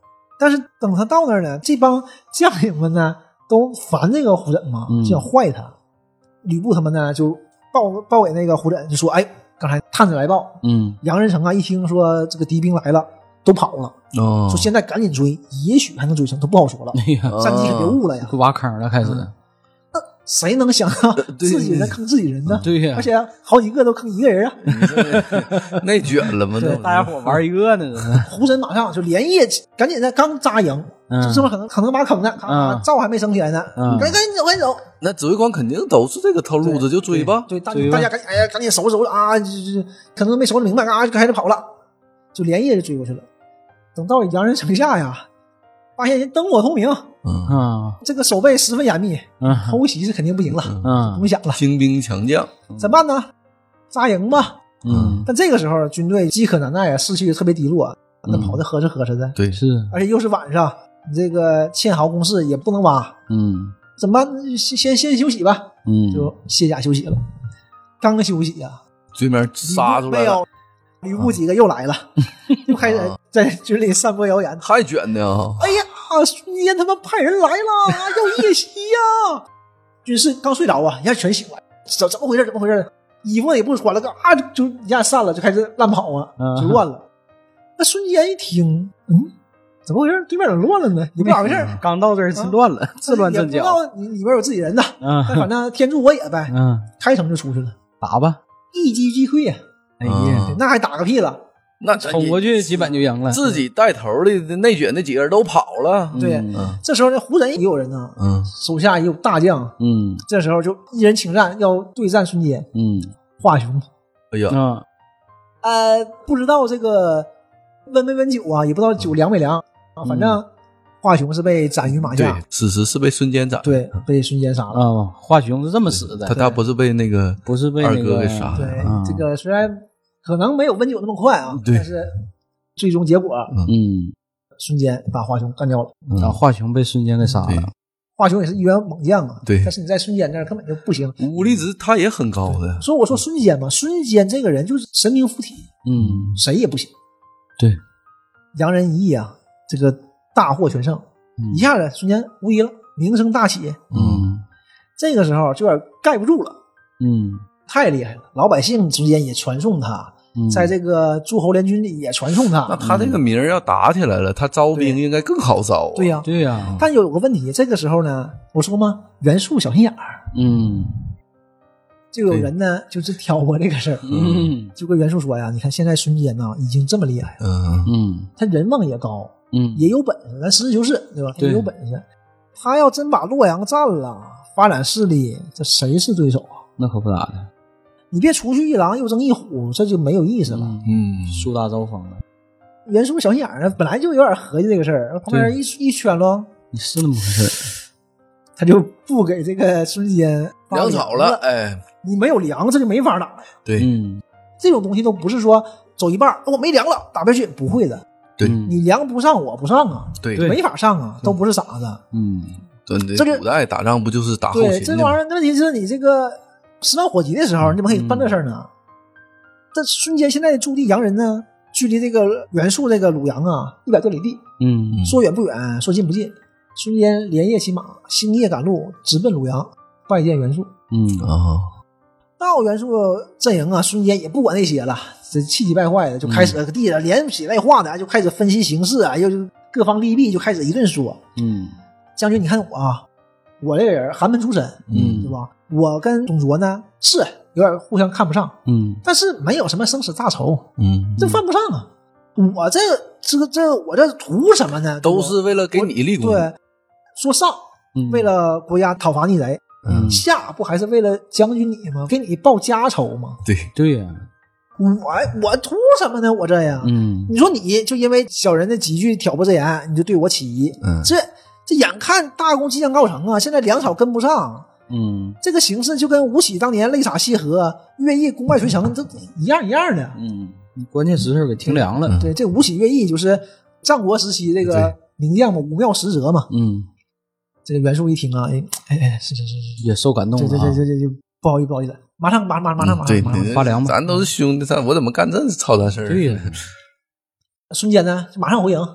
但是等他到那儿呢，这帮将领们呢都烦这个胡轸嘛，就想坏他。吕布他们呢就报报给那个胡轸，就说：“哎，刚才探子来报， 嗯， 杨仁成啊，一听说这个敌兵来了，都跑了。 哦， 说现在赶紧追，也许还能追上，都不好说了。 哎呀， 战机可别误了呀， 挖坑了，开始。 嗯那谁能想到自己人坑自己人呢？ 对呀， 而且好几个都坑一个人啊， 内卷了吗？ 对大家伙玩一个呢。 胡轸马上就连夜赶紧的，刚扎营， 嗯这是不是可能可能挖坑呢？ 嗯灶还没升起来呢， 嗯赶紧赶紧走，赶紧走。 那指挥官肯定都是这个套路子，就追吧。 对，大追吧大家赶紧哎呀，赶紧收拾收拾啊！就就可能没收拾明白啊，就开始跑了，就连夜就追过去了。等到杨仁城下呀，发现人灯火通明， 嗯嗯这个守备十分严密， 嗯偷袭是肯定不行了，不嗯用想了， 精兵强将， 怎么办呢？扎营吧。 嗯， 但这个时候军队饥渴难耐啊，士气特别低落，那跑的呵哧呵哧的， 对， 是， 而且又是晚上，你这个堑壕工事也不能挖， 嗯怎么办？先先先休息吧， 嗯， 就卸甲休息了。刚休息呀、啊， 对面杀出来了， 没有，吕布几个又来了，又开始在军里散播谣言。 太卷的啊！ 哎呀，孙坚他们派人来了，要夜袭呀、啊！军士刚睡着啊，一下全醒了，怎怎么回事？怎么回事？衣服也不穿了，啊，就一下散了，就开始乱跑啊，就乱了。那孙坚一听，嗯，怎么回事？对面怎么乱了呢？也不知道咋回事， 刚到这儿是乱了，自乱阵脚。 也不知道你里面有自己人呐， 嗯， 但反正天助我也呗。 嗯， 开城就出去了， 打吧。 一击即溃呀！ 哎呀， 那还打个屁了？ 那冲过去基本就赢了。 自己带头的内卷那几个人都跑了。 对， 嗯这时候呢，胡轸也有人呢， 嗯， 手下也有大将， 嗯这时候就一人请战，要对战孙坚。 嗯华雄， 哎呀， 啊呃，不知道这个温没温酒啊，也不知道酒凉没凉啊，反正华雄是被斩于马对下，， 此时是被孙坚斩， 对，被孙坚杀了。 啊，华雄是这么死的他，他不是被那个不是被那二哥个给杀对了。 啊， 这个虽然可能没有温酒那么快啊， 对但是最终结果， 嗯， 孙坚把华雄干掉了。 啊，华雄被孙坚给杀对了。 华雄也是一员猛将啊， 对但是你在孙坚那儿根本就不行。 武力值他也很高的， 所以我说孙坚嘛，孙坚这个人就是神明附体， 嗯， 谁也不行。 对， 洋人一役啊，这个大获全胜， 嗯一下子孙坚无敌了，名声大起。 嗯这个时候就有点盖不住了， 嗯太厉害了，老百姓之间也传颂他， 嗯， 在这个诸侯联军里也传颂他。 那他这个名儿要打起来了，他招兵应该更好招啊。 对呀、 对呀， 但有个问题，这个时候呢，我说嘛，袁术小心眼儿， 嗯就有人呢就是挑拨这个事儿， 嗯就跟袁术说呀，你看现在孙坚呐已经这么厉害了， 嗯， 嗯他人望也高， 嗯， 也有本事，咱实事求是，对吧？他对也有本事。他要真把洛阳占了，发展势力，这谁是对手啊？ 那可不咋的。 你别除去一狼又争一虎，这就没有意思了。 嗯， 嗯， 树大招风了， 袁术小心眼儿呢，本来就有点合计这个事儿，旁边人一一圈喽， 你是那么回事他就不给这个孙坚发粮草了，哎， 你没有粮，这就没法打了。 对嗯， 这种东西都不是说走一半我没粮了打不下去，不会的。 对嗯你粮不上，我不上啊， 对没法上啊，都不是傻子。 嗯真这个的，古代打仗不就是打后对， 勤的吗？ 这玩意儿，问题是你这个十万火急的时候，你怎么可以办这事儿呢？这孙坚现在驻地洋人呢，距离这个袁术这个鲁阳啊一百多里地， 嗯说远不远，说近不近。孙坚连夜骑马，星夜赶路，直奔鲁阳拜见袁术。 嗯啊， 到袁术阵营啊，孙坚也不管那些了，这气急败坏的就开始搁地上连写带画的就开始分析形势啊，又就各方利弊就开始一顿说。 嗯将军，你看我啊，我这个人寒门出身， 嗯对吧？我跟董卓呢是有点互相看不上， 嗯但是没有什么生死大仇， 嗯， 这犯不上啊。我这这个这我这图什么呢？ 都是为了给你立功。 对，说上嗯， 为了国家讨伐逆贼， 嗯下不还是为了将军你吗？给你报家仇吗？ 对， 对呀， 我我图什么呢？我这样， 嗯你说你就因为小人的几句挑拨之言，你就对我起疑， 嗯这这眼看大功即将告成啊，现在粮草跟不上。 嗯这个形势就跟吴起当年泪洒西河，乐毅功败垂成，这一样一样的。 嗯，关键时候给停凉了。 对，这吴起乐毅就是战国时期这个名将嘛，武庙十哲嘛。 嗯， 这个袁术一听啊，哎哎哎，是是是是， 也受感动这这了啊。 这这这就不好意思不好意思，马上马马马上马对上马上。 发粮吧咱都是兄弟，咱我怎么干这操蛋事儿？ 对呀， 孙坚呢，就马上回营，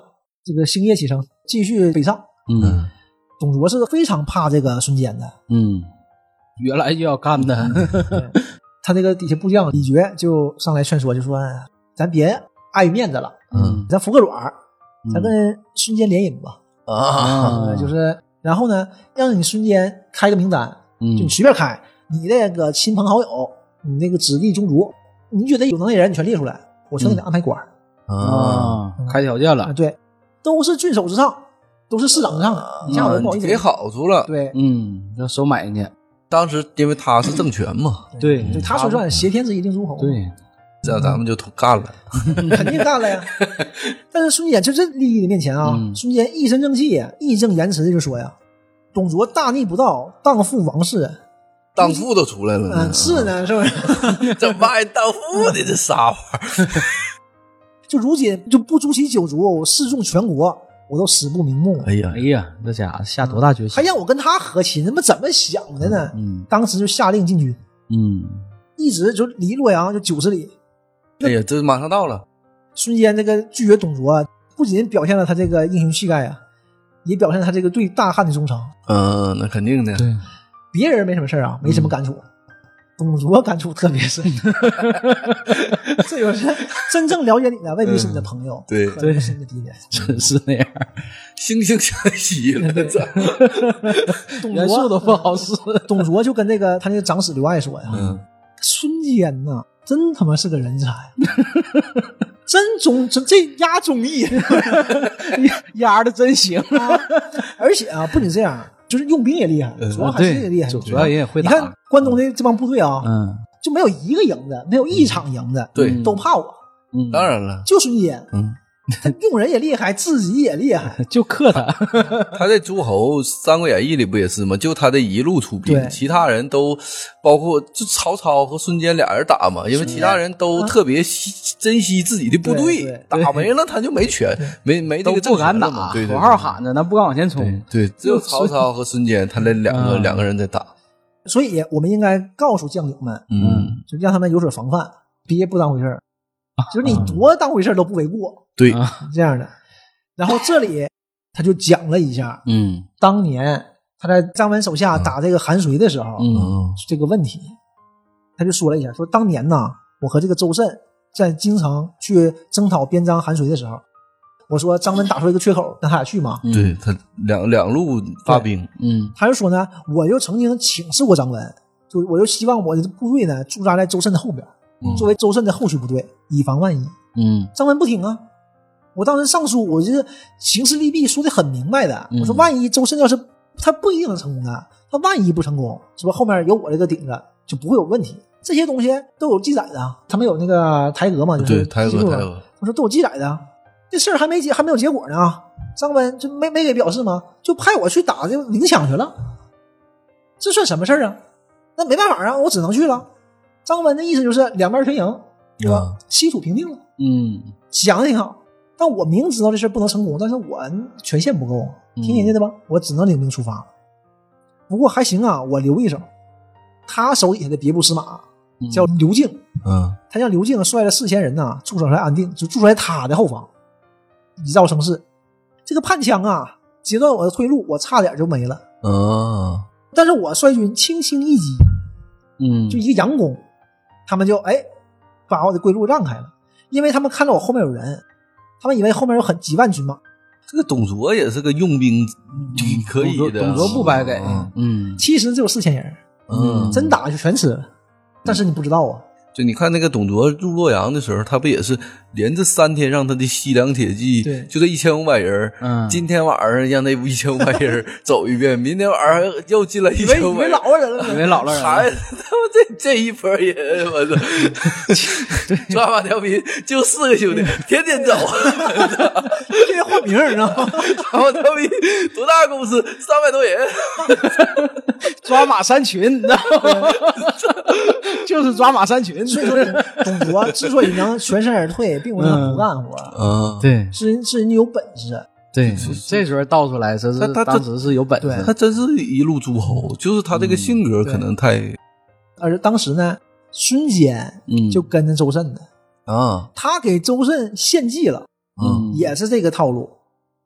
这个星夜启程，继续北上。 嗯， 董卓是非常怕这个孙坚的。 嗯，原来就要干的。 他这个底下部将李傕就上来劝说，就说咱别碍于面子了， 嗯， 咱服个软，咱跟孙坚联姻吧。 啊， 嗯、就是然后呢，让你孙坚开个名单， 嗯， 就你随便开，你那个亲朋好友，你那个子弟宗族，你觉得有能力人，你全列出来，我全给你安排官。 啊，开条件了、 啊，对，都是郡守之上，都是市长之上的，你下我不好意思给好处了。 对， 嗯，要收买去。 当时因为他是政权嘛， 对， 对他说算挟天子以令诸侯， 对， 这样咱们就干了， 肯定干了呀。但是孙坚就这利益的面前啊， 嗯、 孙坚一身正气，义正言辞的就说呀：“董卓大逆不道，荡妇王室。” 荡妇都出来了呢， 嗯，是呢，是不是？ 这骂人荡妇的这啥玩意儿？ 就如今就不诛其九族，示众全国，我都死不瞑目。 哎呀， 哎呀，这家伙下多大决心， 还让我跟他和亲，他妈怎么想的呢？ 嗯， 当时就下令进军， 嗯， 一直就离洛阳就九十里。 哎呀，这马上到了。 孙坚这个拒绝董卓，不仅表现了他这个英雄气概啊，也表现了他这个对大汉的忠诚。 嗯，那肯定的。 对， 别人没什么事啊，没什么感触。嗯董卓感触特别深，这就是真正了解你的未必是你的朋友， 嗯、对， 对，是你的敌人， 真是那样， 惺惺相惜了。 董元素都不好使。 董卓就跟那个他那个长史刘爱说呀：“ 嗯， 孙坚呐，真他妈是个人才，真忠，真这压忠义， 压的真行啊！而且啊，不仅这样。”就是用兵也厉害，主要还是也厉害， 主要人也会打。 你看关东的这帮部队啊， 嗯， 就没有一个赢的，没有一场赢的， 对， 都怕我。 嗯， 当然了， 就孙坚， 嗯， 他用人也厉害，自己也厉害， 就克他。 他在诸侯《三国演义》里不也是吗？就他的一路出兵，其他人都包括就曹操和孙坚俩人打嘛，因为其他人都特别惜珍惜自己的部队，打没了他就没权，没没这个都不敢打， 对， 口号喊着，那不敢往前冲。 对，只有曹操和孙坚他那两个两个人在打。 所以我们应该告诉将领们， 嗯， 就让他们有所防范，别不当回事儿。就是你多当回事都不为过， 对， 这样的。然后这里他就讲了一下， 嗯， 当年他在张文手下打这个韩遂的时候， 嗯， 这个问题，他就说了一下，说当年呢，我和这个周慎在京城去征讨边疆韩遂的时候，我说张文打出一个缺口，让他俩去嘛， 对他两两路发兵， 嗯，他就说呢，我又曾经请示过张文，就我就希望我的部队呢驻扎在周慎的后边。作为周慎的后续部队，以防万一。 嗯， 张文不听啊！我当时上书，我就是形势利弊说的很明白的。 嗯、 我说，万一周慎要是他不一定能成功的，他万一不成功，是吧？后面有我这个顶着，就不会有问题。这些东西都有记载的，他们有那个台阁嘛，就是对台阁台阁。 我说都有记载的，这事儿还没结还没有结果呢。张文就没没给表示吗？就派我去打这领抢去了，这算什么事儿啊？那没办法啊，我只能去了。张文的意思就是两边全赢，对吧？稀土平定了， 嗯， 想的挺好。但我明知道这事不能成功，但是我权限不够，听人家的吧，我只能领兵出发。不过还行啊，我留一手。他手底下的别部司马叫刘敬， 嗯， 他叫刘敬，率了四千人呐，驻守在安定，就驻守在他的后方，以造声势。这个叛枪啊，截断我的退路，我差点就没了。 哦， 但是我率军轻轻一击， 嗯， 就一个佯攻。他们就哎把我的归路让开了，因为他们看到我后面有人，他们以为后面有很几万军马。 这个董卓也是个用兵可以的， 董卓不白给，嗯， 其实只有四千人， 嗯， 真打就全吃了，但是你不知道啊。 就你看那个董卓入洛阳的时候，他不也是连着三天让他的西凉铁骑就这一千五百人， 嗯， 今天晚上让那一千五百人走一遍，明天晚上又进来一千五百人， 以为老人了， 以为老了人了， 还他妈这这一波人，我操！抓马调频就四个兄弟，天天走， 天天换名，你知道吗？ 抓马调频多大公司？三百多人， 抓马三群，你知道吗？就是抓马三群。 所以说，董卓之所以能全身而退，并不是他不干活， 嗯， 对， 是是人家有本事。 对，这时候道出来，这是他当时是有本事， 他真是一路诸侯，就是他这个性格可能太。 而当时呢，孙坚就跟着周慎的啊， 他给周慎献计了， 嗯， 也是这个套路。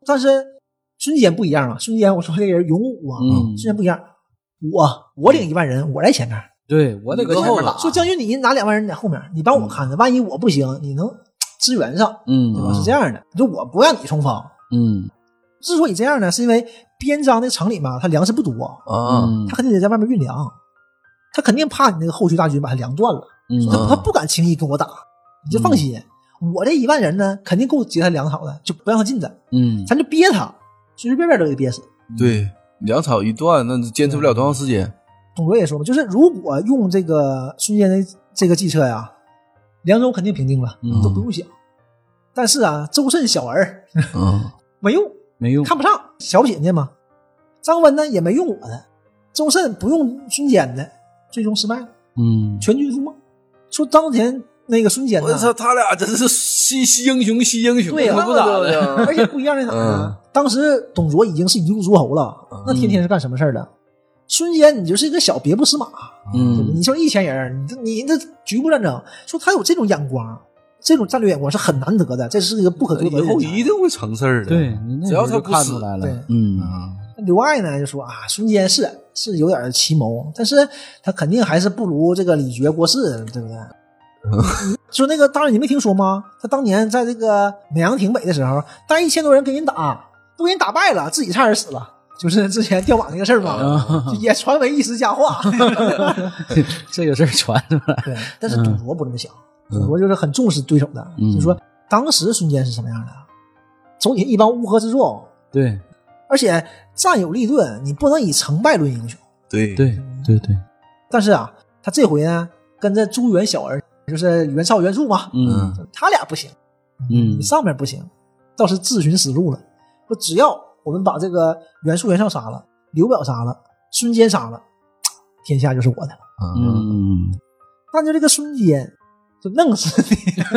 但是孙坚不一样啊，孙坚我说这个人勇武啊， 嗯， 孙坚不一样，我我领一万人，我在前面， 对我得搁前面打。 说将军你拿两万人在后面，你帮我看着，万一我不行，你能支援上， 嗯， 对吧？是这样的，就我不让你冲锋。 嗯， 之所以这样呢，是因为边疆那城里嘛，他粮食不多啊， 他肯定得在外面运粮，他肯定怕你那个后续大军把他粮断了， 嗯， 他他不敢轻易跟我打，你就放心。我这一万人呢，肯定够接他粮草的，就不让他进的， 嗯， 咱就憋他，随随便便都给憋死。 对，粮草一断，那坚持不了多长时间。 董卓也说嘛，就是如果用这个孙坚的这个计策呀，凉州肯定平定了， 嗯、 都不用想。但是啊，周慎小儿， 嗯， 没用， 没用， 看不上，瞧不起人家嘛。张温呢也没用我的，周慎不用孙坚的，最终失败了， 嗯， 全军覆没。说当前那个孙坚呢， 我操，他俩真是惜惜英雄惜英雄， 对呀、啊， 不咋的。 而且不一样在哪呢？嗯、当时董卓已经是一路诸侯了，嗯、那天天是干什么事儿的？孙坚，你就是一个小别部司马， 嗯， 你说一千人，你这你这局部战争，说他有这种眼光，这种战略眼光是很难得的，这是一个不可多得的。 以后一定会成事儿的。 对， 只要他不看出来了。嗯， 刘爱呢就说啊，孙坚是是有点奇谋，但是他肯定还是不如这个李傕、郭汜，对不对？说那个大人你没听说吗？他当年在这个闵阳挺北的时候，带一千多人跟人打，都给人打败了，自己差点死了。就是之前调马那个事儿嘛，嗯、也传为一时佳话。 这个事儿传出来， 对，但是董卓不这么想，嗯、董卓就是很重视对手的，嗯、就说当时孙坚是什么样的，手底下一帮乌合之众， 对， 而且战有利钝，你不能以成败论英雄。 对对对对。 但是啊，他这回呢，跟着朱元小儿，就是袁绍、袁术嘛， 嗯， 他俩不行， 嗯， 你上面不行，倒是自寻死路了，说只要我们把这个袁术、袁绍杀了，刘表杀了，孙坚杀了，天下就是我的了。 嗯， 但就这个孙坚就弄死你，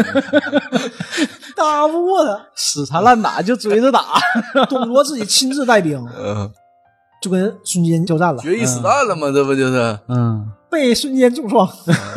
打不过他， 死缠烂打就追着打。 董卓自己亲自带兵， 嗯， 就跟孙坚交战了， 决一死战了嘛，这不就是？ 嗯， 被孙坚重创。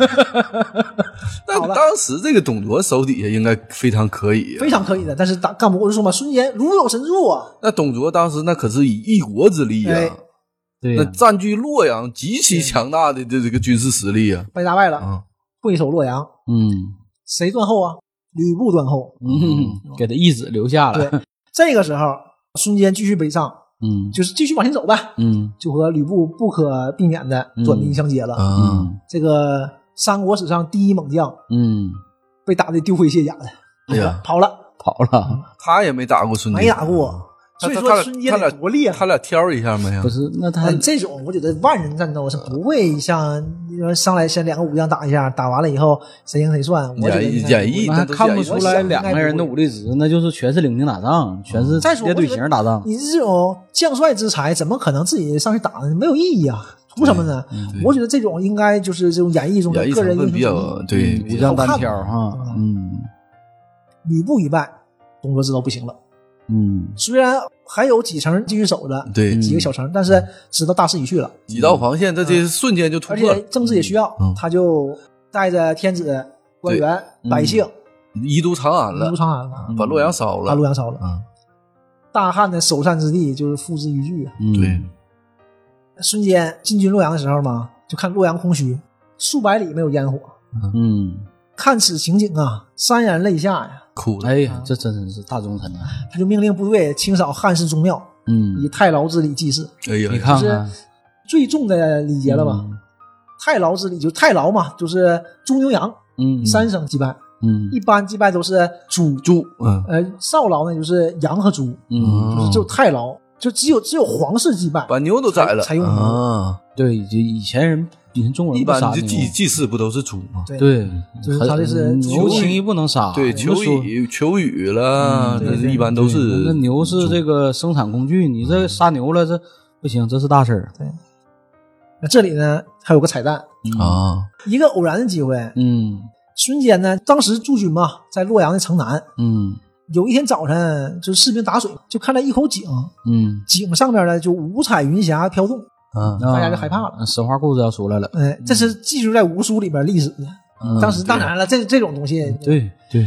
但当时这个董卓手底下应该非常可以、啊， 非常可以的。但是打干不过就说嘛，孙坚如有神助啊。 那董卓当时那可是以一国之力啊， 哎、 对、 啊，那占据洛阳极其强大的这这个军事实力啊， 被打败了， 嗯、 会守洛阳。 嗯， 谁断后啊？吕布断后， 嗯，给他一子留下了。 对，这个时候孙坚继续北上。 嗯， 就是继续往前走呗， 嗯， 就和吕布不可避免的短兵相接了。 嗯， 这个三国史上第一猛将， 嗯， 被打得丢盔卸甲的， 哎呀， 跑了， 跑了， 他也没打过孙坚， 没打过。所以说孙坚得多厉害， 他俩挑一下没有？ 不是，那他这种我觉得万人战斗是不会像上来先两个武将打一下，打完了以后谁赢谁算。我觉得演绎那看不出来两个人的武力值，那就是全是领兵打仗，全是列队形打仗。 你这种将帅之才，怎么可能自己上去打呢？没有意义啊！图什么呢？我觉得这种应该就是这种演绎中的个人英雄比较对武将单挑哈。嗯， 吕布一败，董卓知道不行了。 嗯， 虽然还有几城继续守着， 对几个小城，但是知道大势已去了， 几道防线，这这瞬间就突破了。 而且政治也需要， 嗯、 他就带着天子、官员、百姓移都长安了， 移都长安了， 把洛阳烧了， 把洛阳烧了。 嗯， 大汉的首善之地就是付之一炬。 嗯， 对。 孙坚进军洛阳的时候嘛，就看洛阳空虚，数百里没有烟火。 嗯， 看此情景啊，潸然泪下呀。 哭了， 哎呀，这真是大忠臣啊！ 他就命令部队清扫汉室宗庙， 嗯， 以太牢之礼祭祀。 哎呀， 你看看， 就是最重的礼节了吧？嗯、太牢之礼就太牢嘛，就是猪牛羊， 嗯， 三牲祭拜， 嗯， 一般祭拜都是猪猪，嗯， 呃，少牢呢就是羊和猪， 嗯， 就是只有太牢，就只有只有皇室祭拜， 把牛都宰了才用牛啊。 对，就以前人。以前中国人一般就祭祭祀不都是猪吗？ 对， 对就是他这是牛轻易不能杀。 对，求雨求雨了，这、嗯、一般都是。 那牛是这个生产工具，你这杀牛了，这不行，这是大事儿。 对。那这里呢还有个彩蛋啊， 一个偶然的机会。 嗯， 孙坚呢当时驻军嘛，在洛阳的城南。 嗯。 有一天早晨，就是士兵打水，就看到一口井。 嗯。 井上面呢就五彩云霞飘动。 嗯， 大家就害怕了， 神话故事要出来了。 哎，这是记述在吴书里边历史的。嗯、当时当然了，这这种东西， 对对，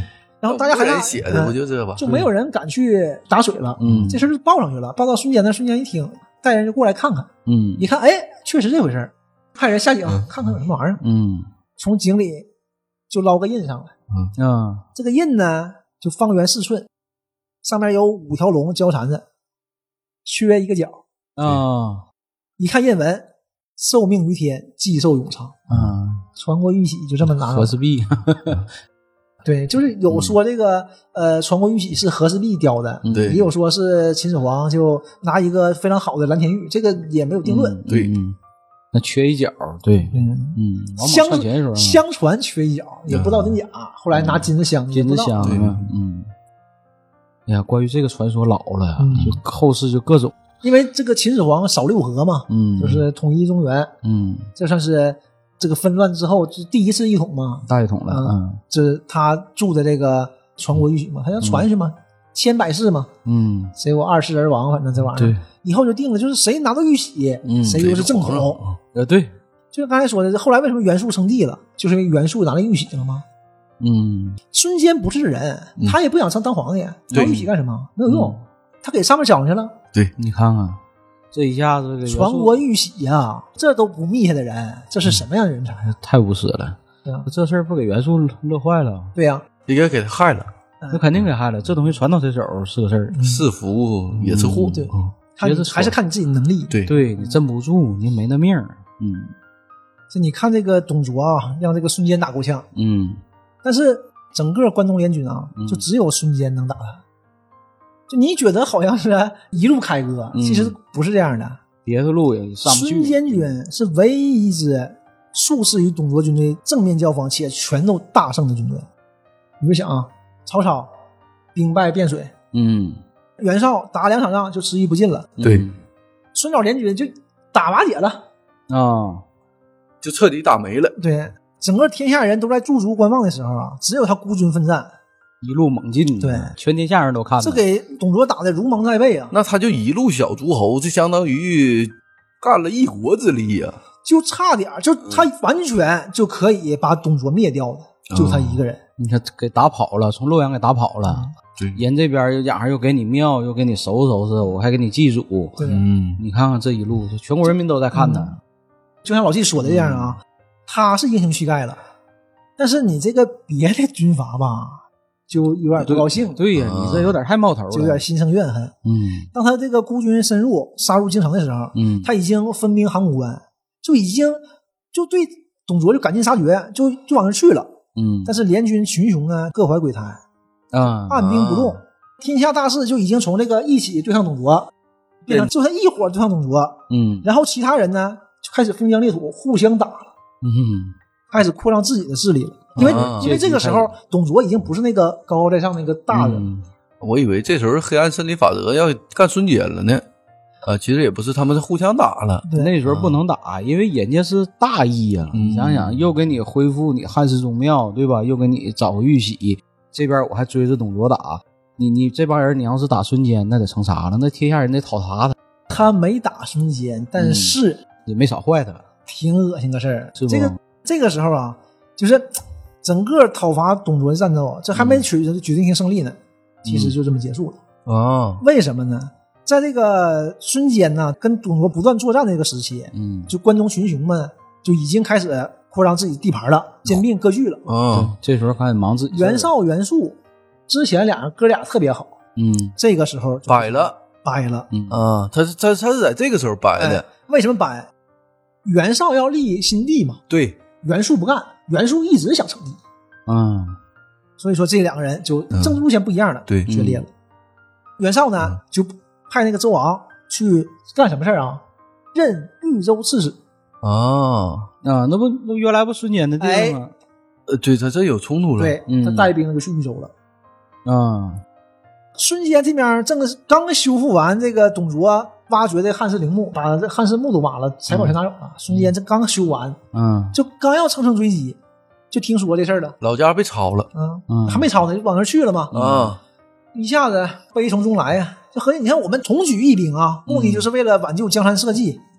然后大家还人写的不就这吧？ 就没有人敢去打水了。 嗯， 这事就报上去了，报到孙坚那，孙坚一听，带人就过来看看。 嗯， 一看，哎，确实这回事，派人下井、嗯、看看有什么玩意儿。 嗯， 从井里就捞个印上来。 嗯啊， 这个印呢就方圆四寸，上面有五条龙交缠着，缺一个角。 啊， 一看印文，受命于天，既寿永昌。 嗯， 传国玉玺就这么拿。 和氏璧。 对，就是有说这个、嗯、呃，传国玉玺是和氏璧雕的， 对， 也有说是秦始皇就拿一个非常好的蓝田玉，这个也没有定论。 嗯、对、嗯，那缺一角，对， 嗯嗯， 相传相传缺一角，也不知道真假。嗯、后来拿金子镶， 金子镶的，嗯。哎呀，关于这个传说老了呀，嗯、就后世就各种。 因为这个秦始皇扫六合嘛， 嗯， 就是统一中原， 嗯， 这算是这个纷乱之后这第一次一统嘛， 大一统了， 嗯，这他铸的这个传国玉玺嘛，他要传去嘛，千百世嘛， 嗯， 谁我二世而亡，反正这玩意儿， 对， 以后就定了，就是谁拿到玉玺，嗯，谁就是正统， 呃，对， 就是刚才说的，后来为什么袁术称帝了，就是因为袁术拿了玉玺了吗？ 嗯， 孙坚不是人，他也不想当皇帝，拿玉玺干什么？没有用， 嗯、 他给上面讲去了。 对， 你看看，这一下子传国玉玺呀、啊，这都不密下的人，这是什么样的人才？ 嗯、太无耻了！ 对啊， 这事儿不给袁术乐坏了？ 对呀、啊， 应该给他害了。 那肯定给害了。这东西传到这手是个事儿， 是福也是祸。 对，看还是看你自己能力。 对， 对你镇不住，你没那命儿。嗯， 这你看这个董卓啊，让这个孙坚打够呛。 嗯， 但是整个关东联军啊，就只有孙坚能打他。就你觉得好像是一路开歌， 嗯、 其实不是这样的。 别的路也上不去。 孙坚军是唯一一支数次与董卓军队正面交锋且全都大胜的军队。你就想啊，曹操兵败汴水， 嗯， 袁绍打两场仗就吃一不进了， 对， 嗯、孙赵联军就打瓦解了啊、哦， 就彻底打没了。 对，整个天下人都在驻足观望的时候啊，只有他孤军奋战。 一路猛进， 对， 全天下人都看了， 这给董卓打的如蒙在背啊！ 那他就一路小诸侯，这相当于干了一国之力啊！ 就差点，就他完全就可以把董卓灭掉的，嗯、就他一个人。 你看，给打跑了，从洛阳给打跑了。 对， 人这边又家伙又给你庙，又给你收拾收拾，我还给你祭祖。 对， 嗯，你看看这一路，全国人民都在看呢、嗯。 就像老纪说的这样啊，嗯、他是英雄气概了，但是你这个别的军阀吧。就有点不高兴， 对呀、啊，你这有点太冒头了， 就有点心生怨恨。 嗯， 当他这个孤军深入，杀入京城的时候， 嗯， 他已经分兵函谷关，就已经就对董卓就赶尽杀绝，就就往那去了。 嗯， 但是联军群雄呢，各怀鬼胎啊， 按兵不动、啊，天下大势就已经从这个一起对抗董卓，变成就他一伙对抗董卓。 嗯， 然后其他人呢就开始封疆裂土，互相打了。 嗯， 开始扩张自己的势力了。因为、啊、因为这个时候董卓已经不是那个高高在上那个大人、 嗯、 我以为这时候黑暗森林法则要干孙坚了呢啊，其实也不是，他们是互相打了。 那时候不能打、啊、因为人家是大义呀、啊嗯、你想想又给你恢复你汉室宗庙对吧，又给你找个玉玺，这边我还追着董卓打，你你这帮人你要是打孙坚那得成啥了，那天下人得讨伐他。 他没打孙坚，但是、嗯、 也没少坏他， 挺恶心个事儿。 是不这个这个时候啊，就是整个讨伐董卓的战斗，这还没取得决定性胜利呢、嗯，其实就这么结束了。 啊、 为什么呢？在这个孙坚呢跟董卓不断作战的这个时期， 嗯， 就关中群雄们就已经开始扩张自己地盘了，兼并割据了。 啊、哦， 这时候开始忙自己。 袁绍、袁术之前俩人哥俩特别好， 嗯， 这个时候掰了， 掰了， 嗯啊，他是他他是在这个时候掰的。 哎、为什么掰？袁绍要立新帝嘛， 对， 袁术不干，袁术一直想称帝， 嗯， 所以说这两个人就政治路线不一样了， 嗯、对， 决裂了。袁绍呢、嗯、就派那个周昂去干什么事儿啊？任豫州刺史。 啊啊，那不那原来不孙坚的地方吗？ 呃、哎，对，他这有冲突了。 对，他带兵就去豫州了。 啊、嗯， 孙坚这边正刚修复完这个董卓挖掘的汉室陵墓，把这汉室墓都挖了，财宝全拿走了。嗯、孙坚这刚修完， 嗯， 就刚要乘胜追击，就听说这事儿了。 老家被抄了， 嗯，嗯还没抄呢，就往那儿去了嘛。 啊、 嗯，一下子悲从中来呀、啊！就合计，你看我们同举义兵啊，目的就是为了挽救江山社稷。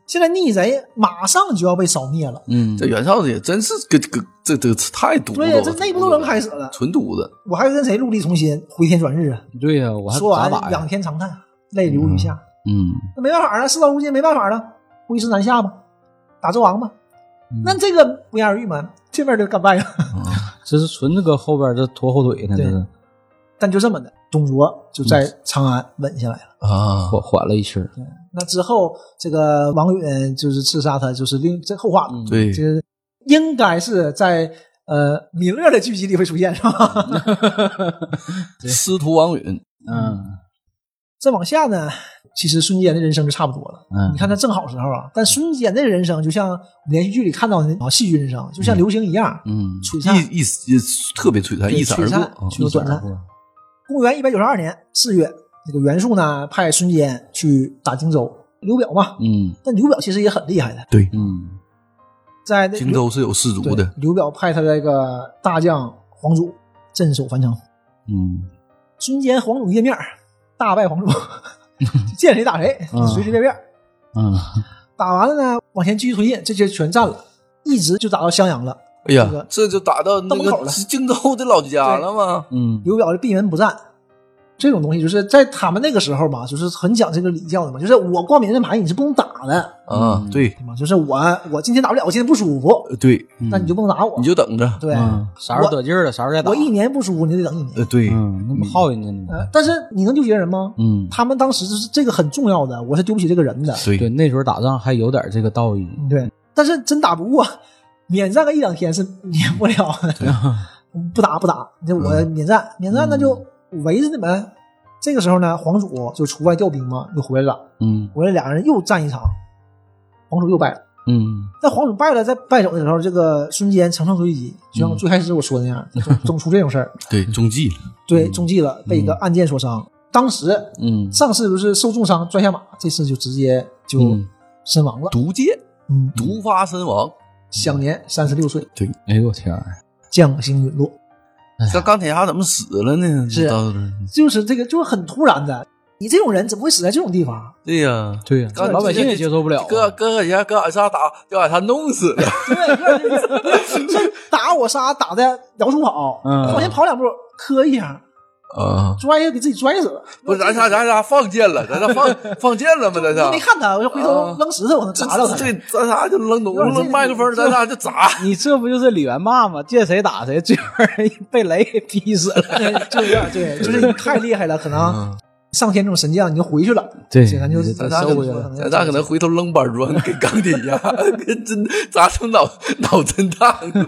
现在逆贼马上就要被扫灭了。 嗯， 这袁绍子也真是个个这这太毒了， 对，这内部斗争开始了， 纯犊子。 我还跟谁陆地重新，回天转日啊？ 对呀、啊，我还说完咋打呀仰天长叹，泪流于下。 嗯， 那没办法了，事到如今没办法了，挥师南下吧，打纣王吧。 嗯、 那这个不言而喻嘛，这边就干败了。 这是纯这个后边这拖后腿呢，这是。 但就这么的，董卓就在长安稳下来了啊， 缓缓了一气。 对，那之后这个王允就是刺杀他，就是另这后话了。 嗯、 对， 就是应该是在呃明月的剧集里会出现，是吧？ 师徒王允， 嗯， 再往下呢，其实孙坚的人生就差不多了。 嗯， 你看他正好时候啊，但孙坚的人生就像连续剧里看到的那种戏剧人生，就像流星一样， 嗯， 璀璨， 一一一特别璀璨，一闪而过， 就短暂。公元一百九十二年四月，这个袁术呢派孙坚去打荆州，刘表嘛， 嗯， 但刘表其实也很厉害的， 对， 嗯， 在荆州是有士卒的。 刘表派他这个大将黄祖镇守樊城， 嗯， 孙坚黄祖一见面，大败黄祖，见谁打谁，随随便便， 嗯， 打完了呢，往前继续推进，这些全占了，一直就打到襄阳了。 哎呀， 这个、 这就打到那个荆州的老家了吗？ 嗯， 刘表就闭门不战。这种东西就是在他们那个时候嘛，就是很讲这个礼教的嘛，就是我挂免阵牌你是不能打的啊，对， 对吗？就是我我今天打不了，我今天不舒服， 对， 那你就不能打我， 你就等着， 对， 嗯、啥时候得劲儿了，啥时候再打。 我一年不舒服，你得等一年， 呃，对， 嗯，那不耗人家呢、 呃。但是你能丢别人吗？ 嗯， 他们当时就是这个很重要的，我是丢不起这个人的。 对对，那时候打仗还有点这个道义。 对，但是真打不过，免战个一两天是免不了的。不打不打，就我免战，免战那就围着你们。这个时候呢，黄祖就出外调兵嘛，又回来了。 嗯， 回来俩人又战一场，黄祖又败了。 嗯， 在黄祖败了，在败走的时候，这个孙坚乘胜追击，就像最开始我说的那样，总总出这种事儿。 对，中计了。 对，中计了，被一个暗箭所伤。当时， 嗯， 上次不是受重伤拽下马，这次就直接就身亡了。 毒箭， 嗯， 毒发身亡， 享年三十六岁。 对， 哎呦我天儿， 将星陨落。 这钢铁侠怎么死了呢？ 是，就是这个，就是很突然的。你这种人怎么会死在这种地方？ 对呀， 对呀，老百姓也接受不了、啊。 哥哥哥，哥俺仨打，就把他弄死了。 对，这打我仨打的摇出跑， 嗯， 往前跑两步，磕一下。 啊！ 拽也给自己拽死了。 不是，咱仨咱仨放箭了，咱仨放放箭了吗？咱仨没看他，我就回头扔石头，我能砸着他。 对，咱仨就扔东扔麦克风，咱仨就砸。 你这不就是李元骂吗？见谁打谁，最后被雷给劈死了。 就有点对，就是你太厉害了，可能上天这种神将你就回去了。 对， 咱就咱仨可能咱仨可能回头扔板砖给钢铁侠，真砸成脑脑震荡。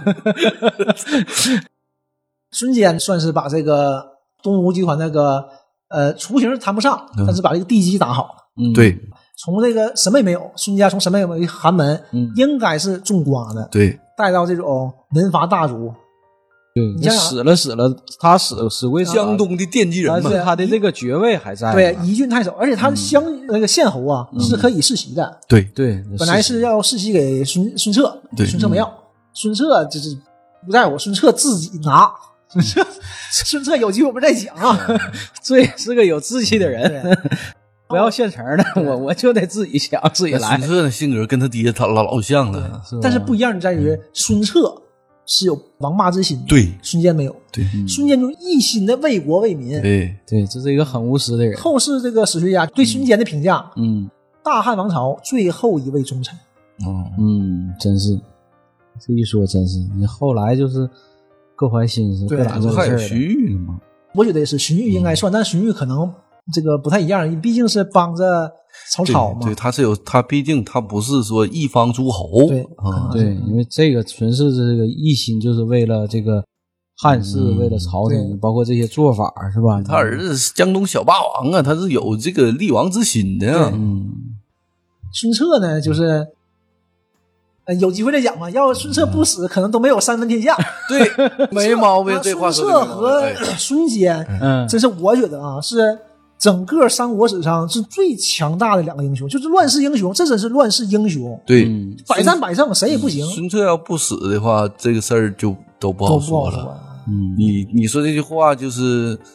孙坚算是把这个。东吴集团那个呃雏形谈不上，但是把这个地基打好了。 嗯， 对， 从这个什么也没有，孙家从什么也没有寒门， 嗯， 应该是种瓜的， 对， 带到这种门阀大族。 对，你死了死了，他死死归江东的奠基人嘛， 但是他的这个爵位还在。 对，宜郡太守，而且他乡、嗯、那个县侯啊、嗯、是可以世袭的。 对对， 本来是要世袭给孙孙策， 对， 孙策没要，嗯、孙策就是不在乎，孙策自己拿。孙策，孙策有机会我们再讲啊。 这也是个有志气的人，不要现成的，我我就得自己想自己来。 孙策的性格跟他爹他老老像了， 但是不一样在于孙策是有王霸之心， 对， 孙坚没有。 对， 嗯、孙坚就一心的为国为民。 对对，这是一个很无私的人。 后世这个史学家对孙坚的评价， 嗯， 大汉王朝最后一位忠臣。 嗯嗯，真是这一说真是，你后来就是各怀心思，各打这事儿。 荀彧嘛， 我觉得也是，荀彧应该算，嗯、但荀彧可能这个不太一样，毕竟是帮着曹操嘛。 对，对他是有他，毕竟他不是说一方诸侯。 对， 啊、 嗯，对，因为这个纯是这个一心，就是为了这个汉室，嗯、为了朝廷，包括这些做法，是吧？ 他儿子是江东小霸王啊，他是有这个立王之心的呀。 嗯， 孙策呢，就是。呃，有机会再讲嘛。要孙策不死，可能都没有三分天下。 对，没毛病。这话说孙策和孙坚， 嗯， 真是我觉得啊，是整个三国史上是最强大的两个英雄，就是乱世英雄，这真是乱世英雄。 对， 嗯、 百战百胜，谁也不行。 孙策要不死的话，这个事儿就都不好说了。 说嗯，你你说这句话就是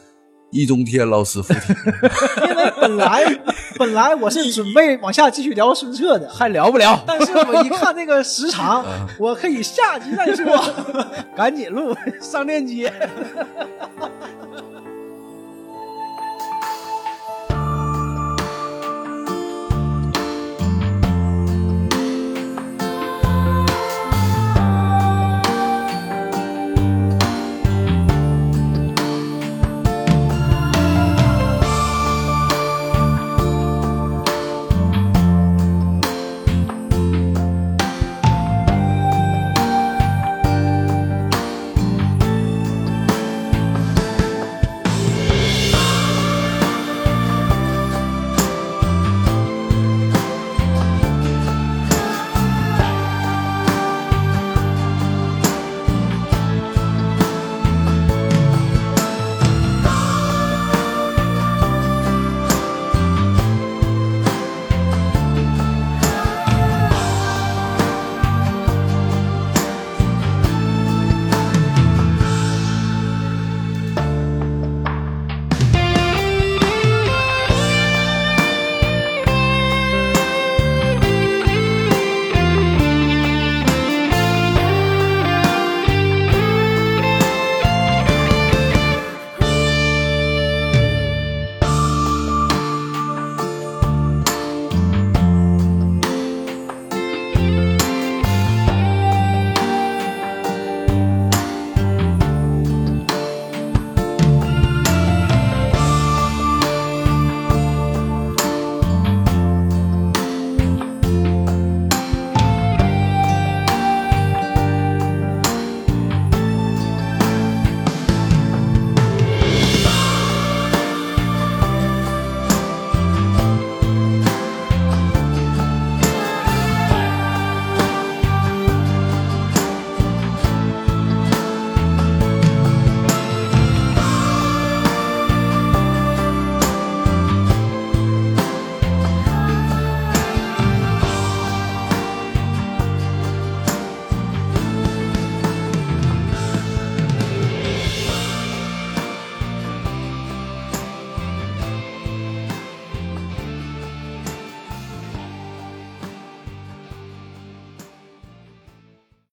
易中天老师附体。 因为本来本来我是准备往下继续聊孙策的， 还聊不聊？ 但是我一看这个时长，我可以下集再说， 赶紧录上链接。